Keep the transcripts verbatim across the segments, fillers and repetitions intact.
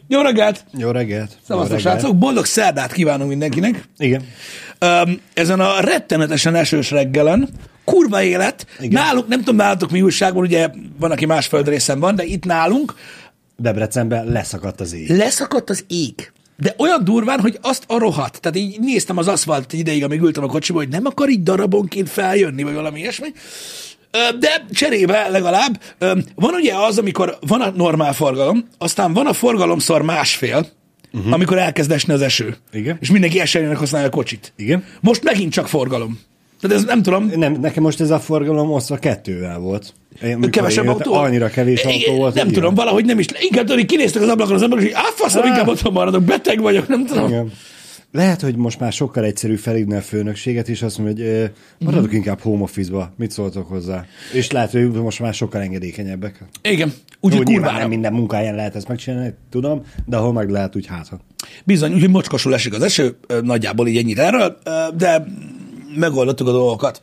Jó reggelt! Jó reggelt! Szevasztok, srácok! Boldog szerdát kívánunk mindenkinek! Igen. Um, ezen a rettenetesen esős reggelen, kurva élet, igen. Nálunk, nem tudom, nálatok mi újságban, ugye van, aki más földrészen van, de itt nálunk Debrecenben leszakadt az ég. Leszakadt az ég. De olyan durván, hogy azt a rohadt. Tehát így néztem az aszfalt egy ideig, amíg ültem a kocsiba, hogy nem akar így darabonként feljönni, vagy valami ilyesmi. De cserébe legalább van ugye az, amikor van a normál forgalom, aztán van a forgalomszor másfél, uh-huh. amikor elkezd esni az eső. Igen. És mindenki eserjének használja a kocsit. Igen. Most megint csak forgalom. Tehát ez nem tudom. Nem, nekem most ez a forgalom osztva kettővel volt. Én, Kevesebb autó? Annyira kevés autó volt. Nem tudom, ilyen. Valahogy nem is. Inkább tudod, kinéztek az ablakon az emberek, hogy áfaszom, inkább otthon maradok, beteg vagyok, nem tudom. Igen. Lehet, hogy most már sokkal egyszerű felhívni a főnökséget, és azt mondja, hogy eh, maradok uh-huh. inkább home office-ba. Mit szóltok hozzá? És lehet, hogy most már sokkal engedékenyebbek. Igen. Úgyhogy kurvára. Nem minden munkáján lehet ezt megcsinálni, tudom, de ahol meg lehet, úgy hátha. Bizony, úgyhogy mocskosul esik az eső, nagyjából így ennyit erről, de megoldottuk a dolgokat.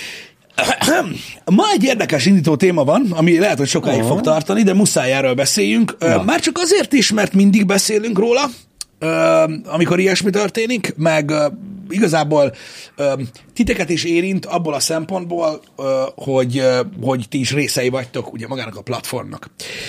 Ma egy érdekes indító téma van, ami lehet, hogy sokáig uh-huh. fog tartani, de muszáj erről beszéljünk. Ja. Már csak azért is, mert mindig beszélünk róla, amikor ilyesmi történik, meg igazából titeket is érint abból a szempontból, hogy, hogy ti is részei vagytok ugye magának a platformnak.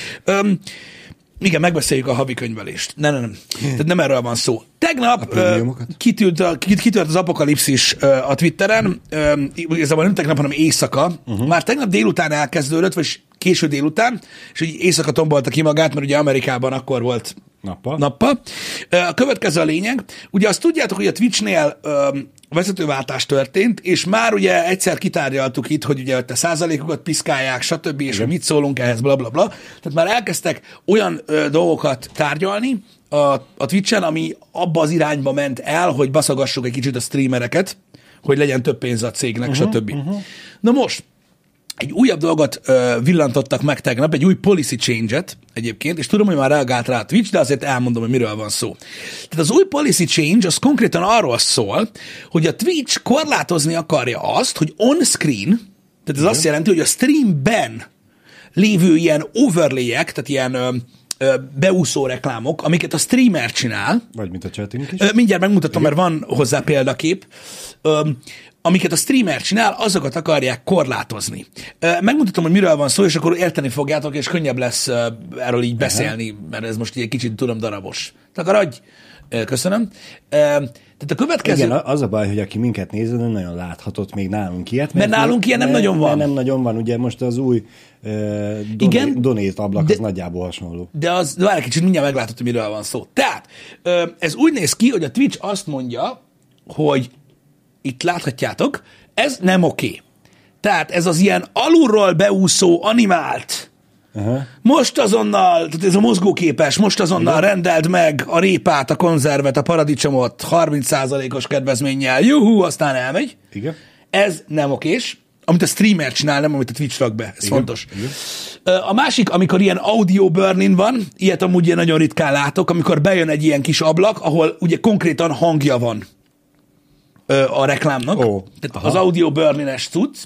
Igen, megbeszéljük a havi könyvelést. Nem, nem, nem. Tehát nem erről van szó. Tegnap kitűnt, a, kitűnt az apokalipszis a Twitteren, igazából nem tegnap, hanem éjszaka. Uh-huh. Már tegnap délután elkezdődött, vagy késő délután, és így éjszaka tombolta ki magát, mert ugye Amerikában akkor volt Nappal. Nappal. A következő a lényeg. Ugye azt tudjátok, hogy a Twitchnél öm, vezetőváltás történt, és már ugye egyszer kitárgyaltuk itt, hogy ugye a százalékokat piszkálják, stb. És hogy mit szólunk ehhez, bla, bla, bla. Tehát már elkezdtek olyan ö, dolgokat tárgyalni a, a Twitchen, ami abba az irányba ment el, hogy baszagassuk egy kicsit a streamereket, hogy legyen több pénz a cégnek, uh-huh, stb. Uh-huh. Na most, egy újabb dolgot ö, villantottak meg tegnap, egy új policy change-et egyébként, és tudom, hogy már reagált rá a Twitch, de azért elmondom, hogy miről van szó. Tehát az új policy change az konkrétan arról szól, hogy a Twitch korlátozni akarja azt, hogy on-screen, tehát ez Igen. azt jelenti, hogy a streamben lévő ilyen overlay-ek, tehát ilyen ö, ö, beúszó reklámok, amiket a streamer csinál. Vagy mint a chatting is. Ö, mindjárt megmutatom, Igen. mert van hozzá példakép. Ö, amiket a streamer csinál, azokat akarják korlátozni. Megmutatom, hogy miről van szó, és akkor érteni fogjátok, és könnyebb lesz erről így beszélni, mert ez most egy kicsit tudom darabos. Takarodj! Köszönöm. Tehát a következő... Igen, az a baj, hogy aki minket néz, nem nagyon láthatott még nálunk ilyet. Mert, mert nálunk ilyen nem mert, nagyon van. Nem nagyon van, ugye most az új uh, donét, donét ablak, de, az nagyjából hasonló. De az, várj egy kicsit, mindjárt meglátod, hogy miről van szó. Tehát, ez úgy néz ki, hogy a Twitch azt mondja, hogy itt láthatjátok, ez nem oké. Tehát ez az ilyen alulról beúszó, animált, uh-huh. most azonnal, tehát ez a mozgóképes, most azonnal Igen. rendeld meg a répát, a konzervet, a paradicsomot harminc százalékos kedvezménnyel, juhú, aztán elmegy. Igen. Ez nem okés, amit a streamer csinál, nem amit a Twitch rak be. Ez Igen. fontos. Igen. A másik, amikor ilyen audio burn-in van, ilyet amúgy ilyen nagyon ritkán látok, amikor bejön egy ilyen kis ablak, ahol ugye konkrétan hangja van a reklámnak, oh, tehát aha. az audio burn-ines cucc.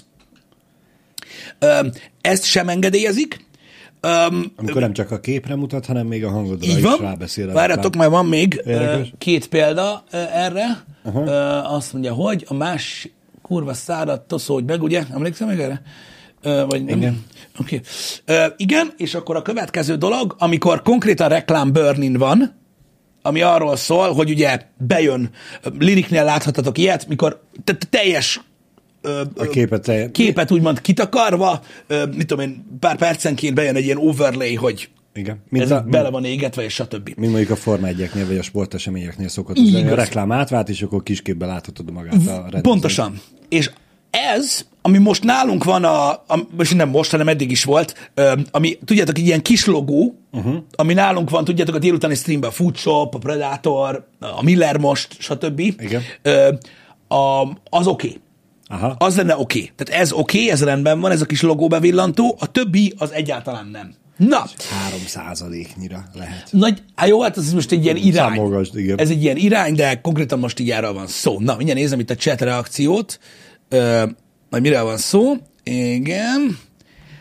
Ezt sem engedélyezik. Amikor nem csak a képre mutat, hanem még a hangodra így is van. rábeszél. Várjátok, már van még Érdekes. két példa erre. Aha. Azt mondja, hogy a más kurva szárat toszódj meg, ugye? Emlékszem meg erre? Vagy nem? Igen. Okay. Igen, és akkor a következő dolog, amikor konkrétan reklám burn-in van, ami arról szól, hogy ugye bejön, Liriknél láthatatok ilyet, mikor teljes a képet, te... képet úgymond kitakarva, mit tudom én, pár percenként bejön egy ilyen overlay, hogy Igen. ez a, bele van égetve, és stb. Mint mondjuk a Forma egyeknél, vagy a sporteseményeknél szokott az lenni. A reklám átvált, és akkor kisképben láthatod magát a rendezvényt. Pontosan. És ez, ami most nálunk van, a, a, és nem most, hanem eddig is volt, ami, tudjátok, egy ilyen kis logó, uh-huh. ami nálunk van, tudjátok, a délutáni streamben a Foodshop, a Predator, a Miller most, stb. Igen. A, az oké. Okay. Aha. Az lenne oké. Okay. Tehát ez oké, okay, ez rendben van, ez a kis logó bevillantó, a többi az egyáltalán nem. Na. Három százaléknyira lehet. Nagy, hát jó, hát ez most egy ilyen irány. Számolgasd, igen. Ez egy ilyen irány, de konkrétan most így erről van szó. Na, mindjárt nézem itt a chat reakciót. Ö, majd miről van szó. Igen.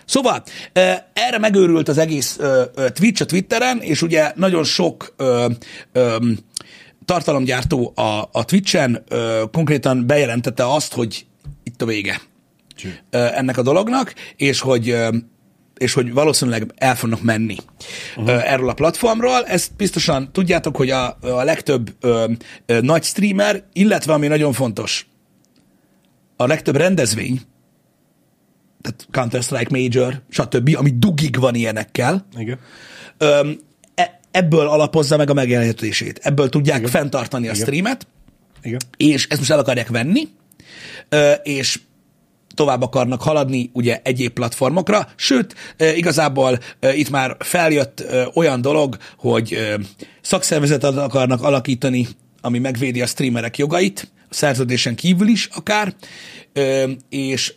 Szóval erre megőrült az egész Twitch a Twitteren, és ugye nagyon sok ö, ö, tartalomgyártó a, a Twitchen ö, konkrétan bejelentette azt, hogy itt a vége Cső. ennek a dolognak, és hogy és hogy valószínűleg el fognak menni uh-huh. erről a platformról. Ezt biztosan tudjátok, hogy a, a legtöbb ö, ö, nagy streamer, illetve ami nagyon fontos, a legtöbb rendezvény, tehát Counter-Strike Major, stb., ami dugig van ilyenekkel, Igen. Ö, e, ebből alapozza meg a megélhetését. Ebből tudják Igen. fenntartani a Igen. streamet, Igen. és ezt most el akarják venni, ö, és tovább akarnak haladni ugye egyéb platformokra, sőt, igazából itt már feljött olyan dolog, hogy szakszervezetet akarnak alakítani, ami megvédi a streamerek jogait, a szerződésen kívül is akár, és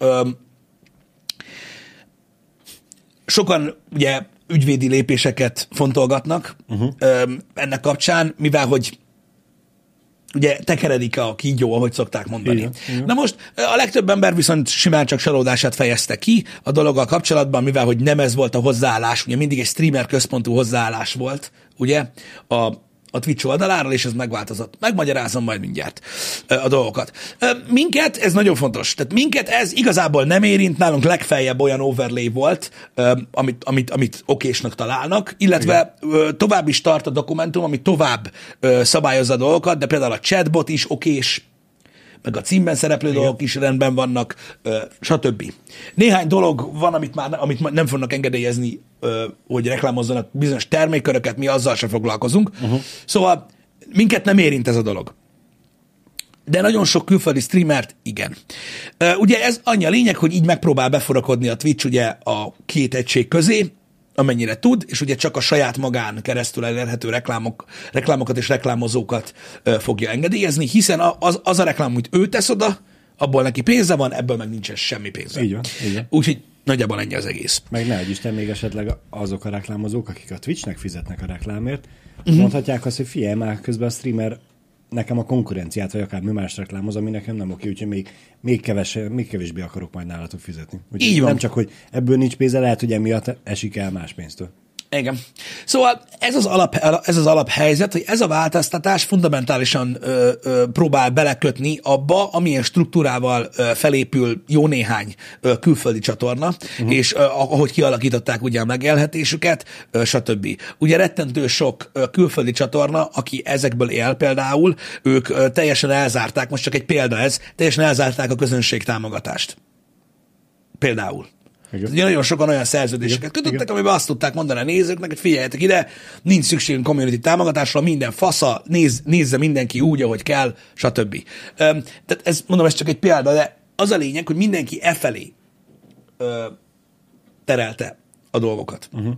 sokan ugye ügyvédi lépéseket fontolgatnak uh-huh. ennek kapcsán, mivel hogy ugye tekeredik a kígyó, ahogy szokták mondani. Igen, igen. Na most a legtöbb ember viszont simán csak csalódását fejezte ki a dologgal kapcsolatban, mivel hogy nem ez volt a hozzáállás, ugye mindig egy streamer központú hozzáállás volt, ugye, a, a Twitch oldaláról, és ez megváltozott. Megmagyarázom majd mindjárt a dolgokat. Minket, ez nagyon fontos, tehát minket ez igazából nem érint, nálunk legfeljebb olyan overlay volt, amit, amit, amit okésnak találnak, illetve igen. tovább is tart a dokumentum, ami tovább szabályozza a dolgokat, de például a chatbot is okés, meg a címben szereplő igen. dolgok is rendben vannak, stb. Néhány dolog van, amit már amit nem fognak engedélyezni, hogy reklámozzanak bizonyos termékköröket, mi azzal sem foglalkozunk. Uh-huh. Szóval minket nem érint ez a dolog. De nagyon sok külföldi streamert igen. Ugye ez annyi a lényeg, hogy így megpróbál beforakodni a Twitch ugye a két egység közé, amennyire tud, és ugye csak a saját magán keresztül elérhető reklámok, reklámokat és reklámozókat ö, fogja engedélyezni, hiszen az, az a reklám, amit ő tesz oda, abból neki pénze van, ebből meg nincsen semmi pénze. Így van, így van. Úgyhogy nagyjából ennyi az egész. Meg ne Isten még esetleg azok a reklámozók, akik a Twitchnek fizetnek a reklámért, uh-huh. mondhatják azt, hogy figyelj már, közben a streamer nekem a konkurenciát, vagy akár mi más reklámoz, ami nekem nem oké, úgyhogy még, még, keves, még kevésbé akarok majd nálatok fizetni. Úgyhogy így van. Nem csak, hogy ebből nincs pénze, lehet, hogy emiatt esik el más pénztől. Igen. Szóval ez az, alap, ez az alaphelyzet, hogy ez a változtatás fundamentálisan ö, ö, próbál belekötni abba, amilyen struktúrával ö, felépül jó néhány ö, külföldi csatorna, uh-huh. és ö, ahogy kialakították ugye a megélhetésüket, ö, stb. Ugye rettentő sok ö, külföldi csatorna, aki ezekből él például, ők ö, teljesen elzárták, most csak egy példa ez, teljesen elzárták a közönség támogatást. Például. Ugye nagyon sokan olyan szerződéseket kötöttek, amiben azt tudták mondani a nézőknek, hogy figyeljetek ide, nincs szükségünk community támogatásra, minden fasza, néz, nézze mindenki úgy, ahogy kell, stb. Tehát ez, mondom, ez csak egy példa, de az a lényeg, hogy mindenki e felé ö, terelte a dolgokat. Uh-huh.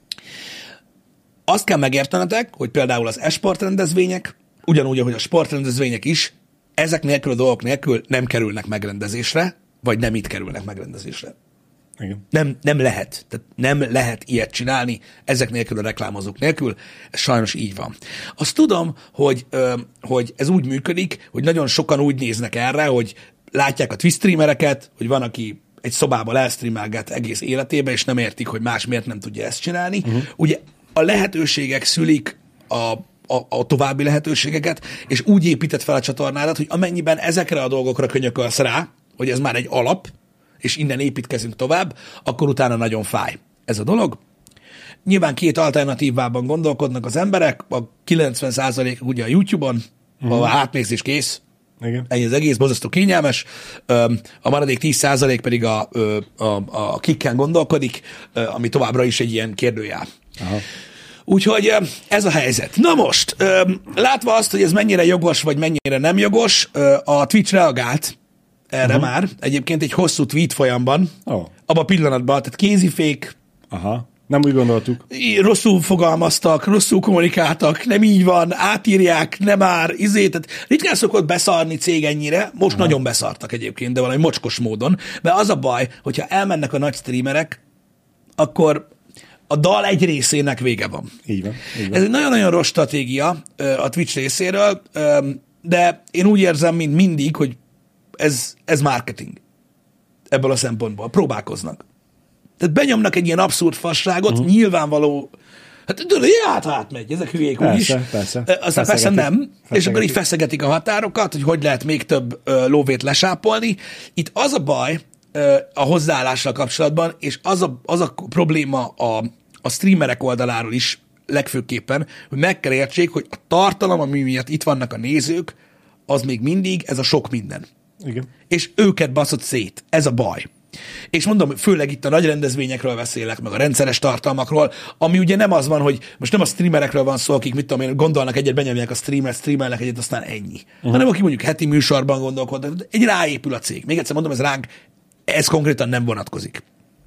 Azt kell megértenetek, hogy például az e-sport rendezvények, ugyanúgy, ahogy a sportrendezvények is, ezek nélkül a dolgok nélkül nem kerülnek megrendezésre, vagy nem itt kerülnek megrendezésre. Igen. Nem, nem lehet. Tehát nem lehet ilyet csinálni ezek nélkül, a reklámozók nélkül. Ez sajnos így van. Azt tudom, hogy, ö, hogy ez úgy működik, hogy nagyon sokan úgy néznek erre, hogy látják a Twitch streamereket, hogy van, aki egy szobában elstreamelget egész életében, és nem értik, hogy más miért nem tudja ezt csinálni. Uh-huh. Ugye a lehetőségek szülik a, a, a további lehetőségeket, és úgy épített fel a csatornádat, hogy amennyiben ezekre a dolgokra könyökölsz rá, hogy ez már egy alap, és innen építkezünk tovább, akkor utána nagyon fáj ez a dolog. Nyilván két alternatívában gondolkodnak az emberek, a kilencven százalék ugye a YouTube-on, uh-huh. a átnézés kész, igen. Ennyi az egész, borzasztó kényelmes, a maradék tíz százalék pedig a, a, a kicken gondolkodik, ami továbbra is egy ilyen kérdőjel. Aha. Úgyhogy ez a helyzet. Na most, látva azt, hogy ez mennyire jogos, vagy mennyire nem jogos, a Twitch reagált erre uh-huh. már, egyébként egy hosszú tweet folyamban, oh. abban a pillanatban, tehát kézifék. Aha, nem úgy gondoltuk. Rosszul fogalmaztak, rosszul kommunikáltak, nem így van, átírják, nem már, izé, tehát ritkán szokott beszarni cég ennyire, most Aha. nagyon beszartak egyébként, de valami mocskos módon, mert az a baj, hogyha elmennek a nagy streamerek, akkor a dal egy részének vége van. Így van. Így van. Ez egy nagyon-nagyon rossz stratégia a Twitch részéről, de én úgy érzem, mint mindig, hogy Ez, ez marketing. Ebből a szempontból. Próbálkoznak. Tehát benyomnak egy ilyen abszurd fasságot, uh-huh. nyilvánvaló, hát tudod, hát átmegy, ezek hülyék persze, úgyis. Persze, Aztán persze nem, feszegetik. És akkor így feszegetik a határokat, hogy hogy lehet még több ö, lóvét lesápolni. Itt az a baj ö, a hozzáállással kapcsolatban, és az a, az a probléma a, a streamerek oldaláról is legfőképpen, hogy meg kell értsék, hogy a tartalom, ami miatt itt vannak a nézők, az még mindig ez a sok minden. Igen. És őket baszott szét. Ez a baj. És mondom, főleg itt a nagy rendezvényekről beszélek, meg a rendszeres tartalmakról, ami ugye nem az van, hogy most nem a streamerekről van szó, akik mit tudom én, gondolnak egyet, benyomják a streamet, streamelnek egyet, aztán ennyi. Uh-huh. Hanem aki mondjuk heti műsorban gondolkodnak, egy ráépül a cég. Még egyszer mondom, ez ránk, ez konkrétan nem vonatkozik.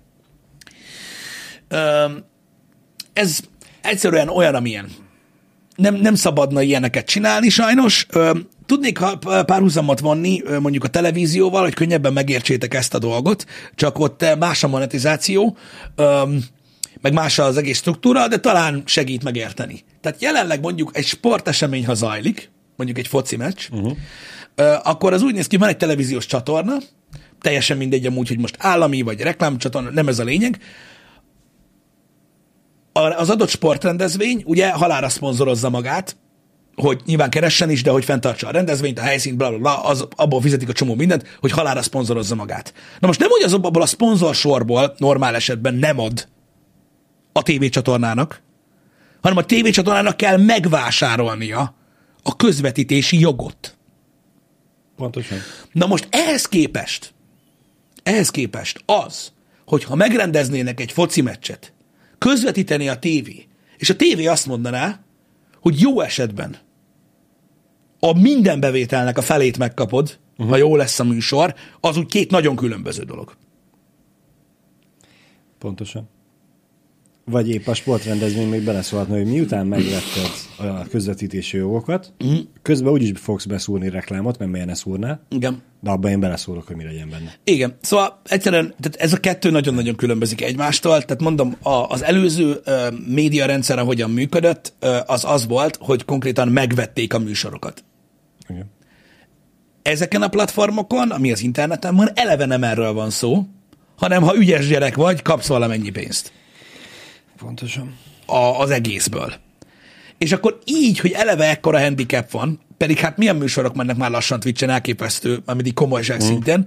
Ez egyszerűen olyan, amilyen. Nem, nem szabadna ilyeneket csinálni sajnos. Tudnék párhuzamot vonni mondjuk a televízióval, hogy könnyebben megértsétek ezt a dolgot, csak ott más a monetizáció, meg más az egész struktúra, de talán segít megérteni. Tehát jelenleg mondjuk egy sportesemény, ha zajlik, mondjuk egy foci meccs, uh-huh. akkor az úgy néz ki, van egy televíziós csatorna, teljesen mindegy amúgy, hogy most állami vagy reklámcsatorna, nem ez a lényeg. Az adott sportrendezvény ugye halálra szponzorozza magát, hogy nyilván keressen is, de hogy fenntartsa a rendezvényt, a helyszínt, bla, bla, bla, az, abból fizetik a csomó mindent, hogy halálra szponzorozza magát. Na most nem úgy az abból a szponzorsorból normál esetben nem ad a tévécsatornának, hanem a tévécsatornának kell megvásárolnia a közvetítési jogot. Pontosan. Na most ehhez képest, ehhez képest az, hogyha megrendeznének egy foci meccset, közvetíteni a tévé, és a tévé azt mondaná, hogy jó esetben a minden bevételnek a felét megkapod, uh-huh. ha jó lesz a műsor, az úgy két nagyon különböző dolog. Pontosan. Vagy épp a sportrendezvény még beleszólhatna, hogy miután megvetted a közvetítési jogokat, uh-huh. közben úgyis fogsz beszúrni reklámot, mert miért ne szúrnál. Igen. De abban én beleszólok, hogy mi legyen benne. Igen. Szóval egyszerűen tehát ez a kettő nagyon-nagyon különbözik egymástól. Tehát mondom, a, az előző uh, médiarendszer, ahogyan működött, uh, az az volt, hogy konkrétan megvették a műsorokat. Igen. Ezeken a platformokon, ami az interneten van, eleve nem erről van szó, hanem ha ügyes gyerek vagy, kapsz valamennyi pénzt. Pontosan. A, az egészből. És akkor így, hogy eleve ekkora handicap van, pedig hát milyen műsorok mennek már lassan Twitch-en, elképesztő, amit így komolyság mm. szinten,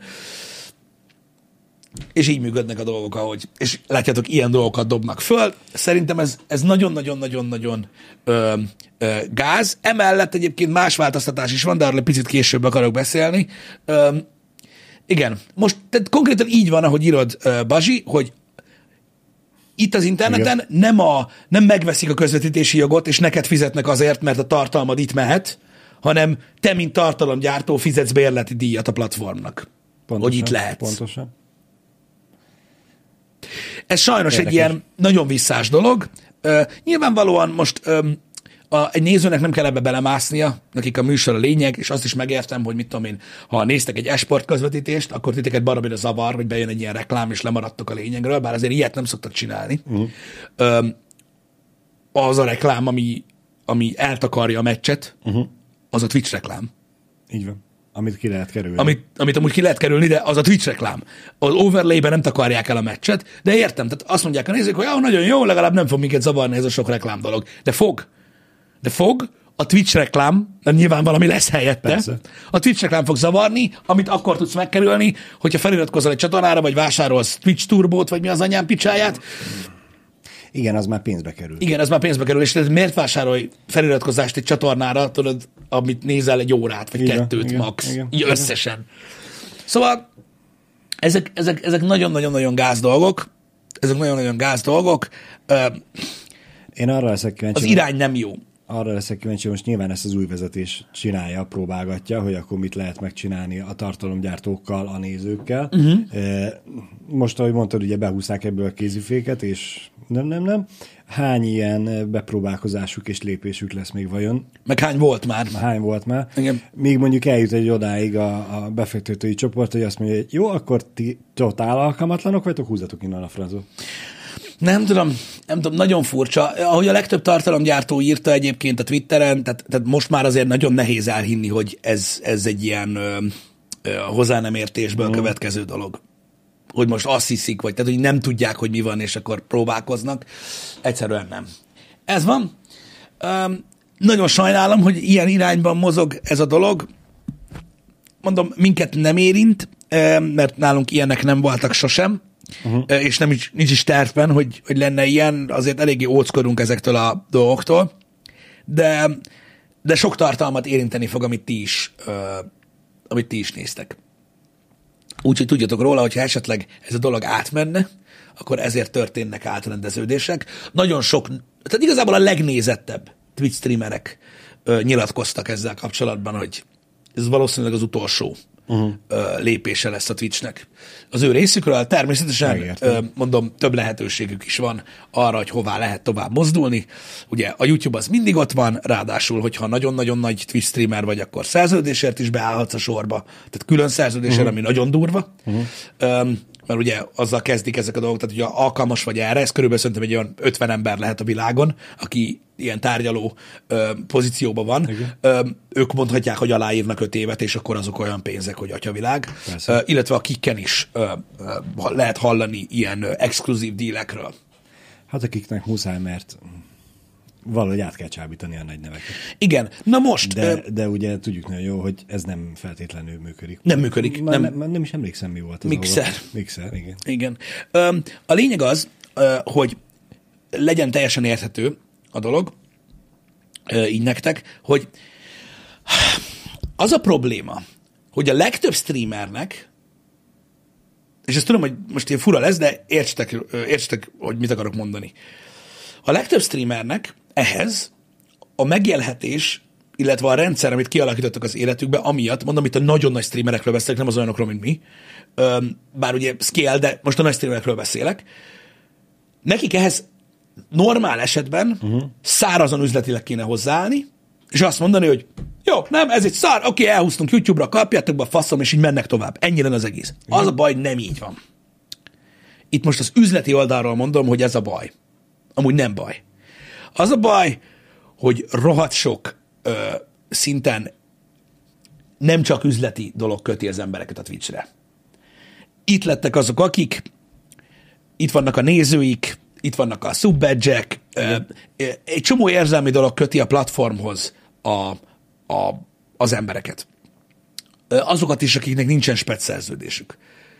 és így működnek a dolgok, ahogy, és látjátok, ilyen dolgokat dobnak föl. Szerintem ez, ez nagyon-nagyon-nagyon-nagyon ö, ö, gáz. Emellett egyébként más változtatás is van, de arról picit később akarok beszélni. Ö, igen, most tehát konkrétan így van, ahogy írod, ö, Bazsi, hogy itt az interneten nem, a, nem megveszik a közvetítési jogot, és neked fizetnek azért, mert a tartalmad itt mehet, hanem te, mint tartalomgyártó fizetsz bérleti díjat a platformnak, pontosan, hogy itt lehetsz. Pontosan. Ez sajnos Érdekes. Egy ilyen nagyon visszás dolog. Uh, nyilvánvalóan most um, a, egy nézőnek nem kell ebbe belemásznia, nekik a műsor a lényeg, és azt is megértem, hogy mit tudom én, ha néztek egy esport közvetítést, akkor titeket baromira zavar, hogy bejön egy ilyen reklám, és lemaradtok a lényegről, bár azért ilyet nem szoktak csinálni. Uh-huh. Um, az a reklám, ami, ami eltakarja a meccset, uh-huh. az a Twitch reklám. Így van. Amit ki lehet kerülni. Amit, amit amúgy ki lehet kerülni, de az a Twitch reklám. Az overlay-ben nem takarják el a meccset, de értem, tehát azt mondják a nézők, hogy ah, nagyon jó, legalább nem fog minket zavarni ez a sok reklám dolog. De fog. De fog a Twitch reklám, mert nyilván valami lesz helyette, persze. A Twitch reklám fog zavarni, amit akkor tudsz megkerülni, hogyha feliratkozol egy csatornára, vagy vásárolsz Twitch turbót, vagy mi az anyám picsáját. Igen, az már pénzbe kerül. Igen, az már pénzbe kerül, és tehát miért vásárolj feliratkozást egy csatornára, tudod, amit nézel egy órát, vagy igen, kettőt igen, max, igen, így összesen. Igen. Szóval ezek, ezek, ezek nagyon-nagyon-nagyon gáz dolgok, ezek nagyon-nagyon gáz dolgok. Én arra leszek kíváncsi. Az irány nem jó. Arra leszek kíváncsi, most nyilván ezt az új vezetés csinálja, próbálgatja, hogy akkor mit lehet megcsinálni a tartalomgyártókkal, a nézőkkel. Uh-huh. Most, ahogy mondtad, ugye behúzták ebből a kéziféket, és nem, nem, nem. Hány ilyen bepróbálkozásuk és lépésük lesz még vajon? Meg hány volt már? Hány volt már? Igen. Még mondjuk eljut egy odáig a, a befektetői csoport, hogy azt mondja, hogy jó, akkor ti totál alkalmatlanok vagytok, húzzatok innen a francba. Nem tudom, nem tudom, nagyon furcsa. Ahogy a legtöbb tartalomgyártó írta egyébként a Twitteren, tehát, tehát most már azért nagyon nehéz elhinni, hogy ez, ez egy ilyen ö, ö, hozzá nem értésből mm. következő dolog. hogy most azt hiszik, vagy tehát, hogy nem tudják, hogy mi van, és akkor próbálkoznak. Egyszerűen nem. Ez van. Um, nagyon sajnálom, hogy ilyen irányban mozog ez a dolog. Mondom, minket nem érint, mert nálunk ilyenek nem voltak sosem, uh-huh. és nem is, nincs is tervben, hogy, hogy lenne ilyen, azért eléggé óckodunk ezektől a dolgoktól, de, de sok tartalmat érinteni fog, amit ti is, uh, amit ti is néztek. Úgyhogy tudjatok róla, hogyha esetleg ez a dolog átmenne, akkor ezért történnek átrendeződések. Nagyon sok, tehát igazából a legnézettebb Twitch streamerek uh, nyilatkoztak ezzel kapcsolatban, hogy ez valószínűleg az utolsó uh-huh. uh, lépése lesz a Twitchnek. Az ő részükről természetesen, uh, mondom, több lehetőségük is van arra, hogy hová lehet tovább mozdulni. Ugye a YouTube az mindig ott van, ráadásul, hogyha nagyon-nagyon nagy Twitch streamer vagy, akkor szerződésért is beállhatsz a sorba. Tehát külön szerződésért, uh-huh. ami nagyon durva. Uh-huh. Um, mert ugye azzal kezdik ezek a dolgok, tehát ugye alkalmas vagy erre, ez körülbelül szerintem egy olyan ötven ember lehet a világon, aki ilyen tárgyaló ö, pozícióban van. Ö, ők mondhatják, hogy aláírnak öt évet, és akkor azok olyan pénzek, hogy atyavilág. Ö, illetve a kikken is ö, ö, lehet hallani ilyen ö, exkluzív dílekről. Hát akiknek muszáj, mert valahogy át kell csábítani a nagy neveket. Igen, na most... De, ö, de ugye tudjuk nagyon jó, hogy ez nem feltétlenül működik. Nem működik. Már nem. nem, nem is emlékszem, mi volt az. Mixer. Ahol... Mixer, igen. Igen. Ö, a lényeg az, ö, hogy legyen teljesen érthető a dolog, ö, így nektek, hogy az a probléma, hogy a legtöbb streamernek, és ezt tudom, hogy most ilyen fura lesz, de értsetek, értsetek, hogy mit akarok mondani. A legtöbb streamernek ehhez a megélhetés, illetve a rendszer, amit kialakítottak az életükbe, amiatt, mondom, itt a nagyon nagy streamerekről beszélek, nem az olyanokról, mint mi, bár ugye scale, de most a nagy streamerekről beszélek, nekik ehhez normál esetben uh-huh. szárazon üzletileg kéne hozzáállni, és azt mondani, hogy jó, nem, ez egy szar, oké, elhúztunk YouTube-ra, kapjátok be a faszom, és így mennek tovább. Ennyi lenne az egész. Uh-huh. Az a baj, nem így van. Itt most az üzleti oldalról mondom, hogy ez a baj. Amúgy nem baj. Az a baj, hogy rohadt sok ö, szinten nem csak üzleti dolog köti az embereket a Twitchre. Itt lettek azok, akik, itt vannak a nézőik, itt vannak a subbadge-ek, egy csomó érzelmi dolog köti a platformhoz a, a, az embereket. Azokat is, akiknek nincsen spec szerződésük.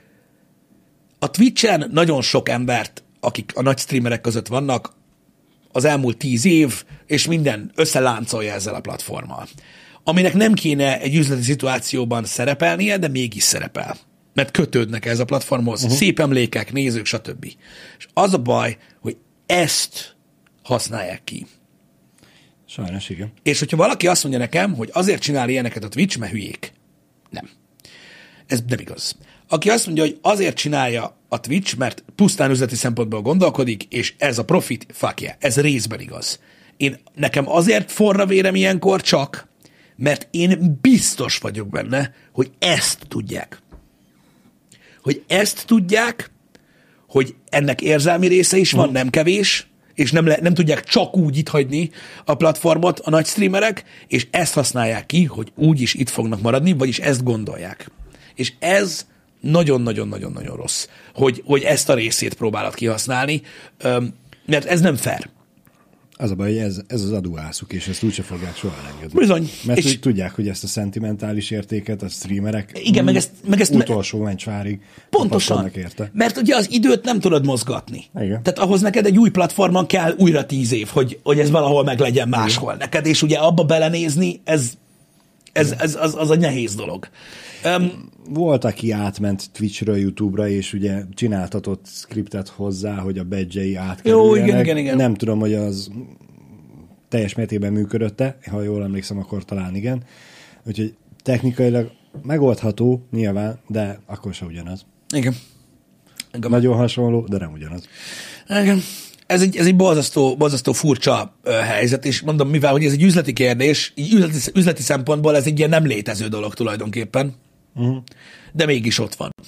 A Twitchen nagyon sok embert, akik a nagy streamerek között vannak, az elmúlt tíz év, és minden összeláncolja ezzel a platformmal. Aminek nem kéne egy üzleti szituációban szerepelnie, de mégis szerepel. Mert kötődnek ez a platformhoz, uh-huh. szép emlékek, nézők, stb. És az a baj, hogy ezt használják ki. Sajnos, igen. És hogyha valaki azt mondja nekem, hogy azért csinál ilyeneket a Twitch, mert hülyék. Nem. Ez nem igaz. Aki azt mondja, hogy azért csinálja a Twitch, mert pusztán üzleti szempontból gondolkodik, és ez a profit, fuck yeah, ez részben igaz. Én, nekem azért forra vérem ilyenkor csak, mert én biztos vagyok benne, hogy ezt tudják. Hogy ezt tudják, hogy ennek érzelmi része is van, mm. nem kevés, és nem, le, nem tudják csak úgy itt hagyni a platformot a nagy streamerek, és ezt használják ki, hogy úgy is itt fognak maradni, vagyis ezt gondolják. És ez nagyon-nagyon-nagyon-nagyon rossz, hogy, hogy ezt a részét próbálod kihasználni, mert ez nem fair. Az a baj, hogy ez, ez az adóászuk, és ezt úgyse fogják soha elengedni. Bizony. Mert és tudják, hogy ezt a szentimentális értéket a streamerek igen, meg ezt, meg ezt utolsó mencsvárig pontosan, érte. Mert ugye az időt nem tudod mozgatni. Igen. Tehát ahhoz neked egy új platformon kell újra tíz év, hogy, hogy ez valahol meg legyen máshol igen. neked, és ugye abba belenézni, ez, ez, ez az, az a nehéz dolog. Um, Volt, aki átment Twitchről YouTube-ra, és ugye csináltatott skriptet hozzá, hogy a badge-ei átkerüljenek. Jó, igen, igen, igen. Nem tudom, hogy az teljes mértékben működött-e, ha jól emlékszem, akkor talán igen. Úgyhogy technikailag megoldható nyilván, de akkor se ugyanaz. Igen. igen. Nagyon hasonló, de nem ugyanaz. Igen. Ez egy, ez egy borzasztó, borzasztó furcsa ö, helyzet, és mondom, mivel hogy ez egy üzleti kérdés, így üzleti, üzleti szempontból ez egy ilyen nem létező dolog tulajdonképpen, uh-huh. de mégis ott van.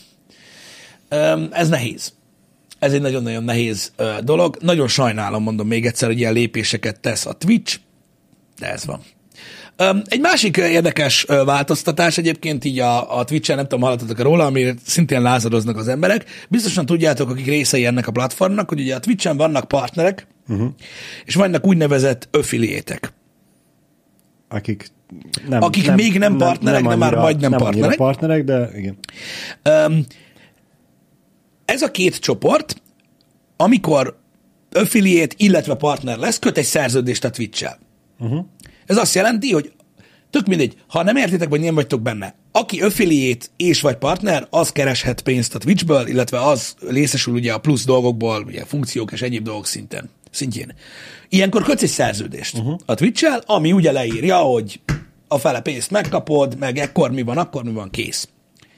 Öm, ez nehéz. Ez egy nagyon-nagyon nehéz ö, dolog. Nagyon sajnálom, mondom még egyszer, hogy ilyen lépéseket tesz a Twitch, de ez van. Um, egy másik érdekes uh, változtatás egyébként így a, a Twitch-en, nem tudom, hallottatok róla, amire szintén lázadoznak az emberek. Biztosan tudjátok, akik részei ennek a platformnak, hogy ugye a Twitch-en vannak partnerek, uh-huh. és vannak úgynevezett affiliate-ek. Akik, nem, akik nem, még nem partnerek, nem, nem de annyira, már majdnem nem partnerek. partnerek, de igen. Um, ez a két csoport, amikor affiliate, illetve partner lesz, köt egy szerződést a Twitch-el. Uh-huh. Ez azt jelenti, hogy tök mindegy, ha nem értitek, vagy nem vagytok benne, aki affiliate és vagy partner, az kereshet pénzt a Twitchből, illetve az részesül ugye a plusz dolgokból, ugye funkciók és egyéb dolgok szinten, szintjén. Ilyenkor kötsz egy szerződést uh-huh. a Twitch-el, ami ugye leírja, hogy a fele pénzt megkapod, meg ekkor mi van, akkor mi van, kész.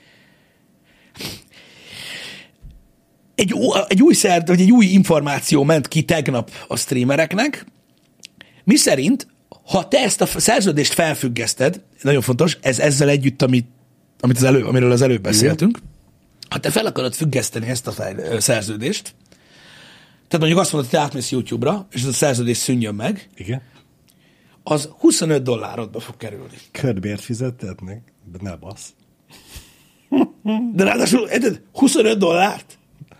Egy, egy új szert, vagy egy új információ ment ki tegnap a streamereknek, mi szerint, ha te ezt a szerződést felfüggeszted, nagyon fontos, ez ezzel együtt, amit, amit az elő, amiről az előbb beszéltünk, igen. Ha te fel akarod függeszteni ezt a fel, szerződést, tehát mondjuk azt mondod, hogy te átmész YouTube-ra, és ez a szerződés szűnjön meg, igen. Az huszonöt dollárodba fog kerülni. Körbért fizettetnek? De ne basz. De ráadásul, huszonöt dollárt?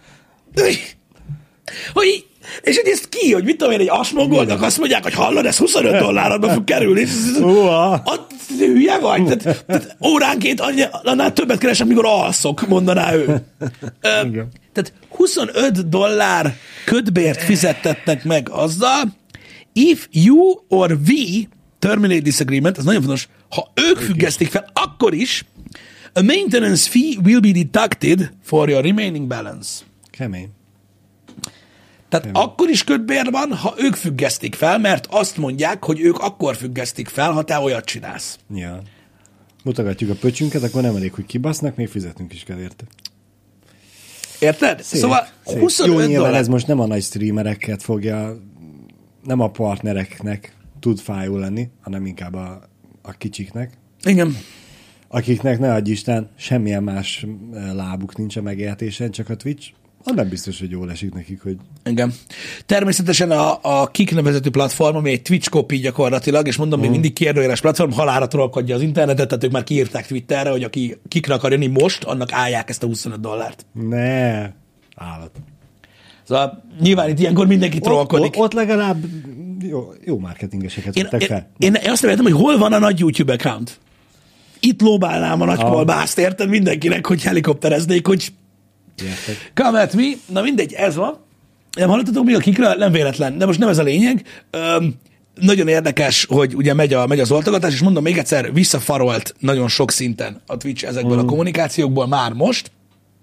Hogy, és hogy ezt ki, hogy mit tudom én, egy asmongolnak azt mondják, hogy hallod, ez huszonöt dollárodba fog kerülni. Ott hülye vagy? Tehát, tehát óránként annyi, annál többet keresem, mikor alszok, mondaná ő. Ö, tehát huszonöt dollár ködbért fizettetnek meg azzal, if you or we terminate this agreement, ez nagyon fontos, ha ők függesztik fel, akkor is a maintenance fee will be deducted for your remaining balance. Kemény. Tehát Kemény. Akkor is ködbér van, ha ők függesztik fel, mert azt mondják, hogy ők akkor függesztik fel, ha te olyat csinálsz. Ja. Mutogatjuk a pöcsünket, akkor nem elég, hogy kibasznak, még fizetünk is kell érte. Érted? Szép, szóval szép. huszonöt Jó, nyilván dollár. ez most nem a nagy streamereket fogja, nem a partnereknek tud fájó lenni, hanem inkább a, a kicsiknek. Igen. Akiknek ne adj Isten, semmilyen más lábuk nincs a megélhetésen, csak a Twitch. Az nem biztos, hogy jól esik nekik, hogy... Igen. Természetesen a, a Kik nevezetű platform, ami egy Twitch copy gyakorlatilag, és mondom, még mm. mindig kérdőjeles platform, halálra trollkodja az internetet, tehát ők már kiírták Twitterre, hogy aki Kikre akar jönni most, annak állják ezt a huszonöt dollárt. Ne, állat. Szóval nyilván itt ilyenkor mindenki trollkodik. Ott, ott legalább jó, jó marketingeseket én, vettek fel. Én, én azt nem értem, hogy hol van a nagy YouTube account. Itt lóbálnám a nagy ah. kolbászt, érted mindenkinek, hogy helikoptereznék, hogy Értek. come at me. Na mindegy, ez van. Nem hallottatok még a Kikről? Nem véletlen. De most nem ez a lényeg. Öm, nagyon érdekes, hogy ugye megy, a, megy az oltogatás, és mondom még egyszer, visszafarolt nagyon sok szinten a Twitch ezekből mm. a kommunikációkból már most.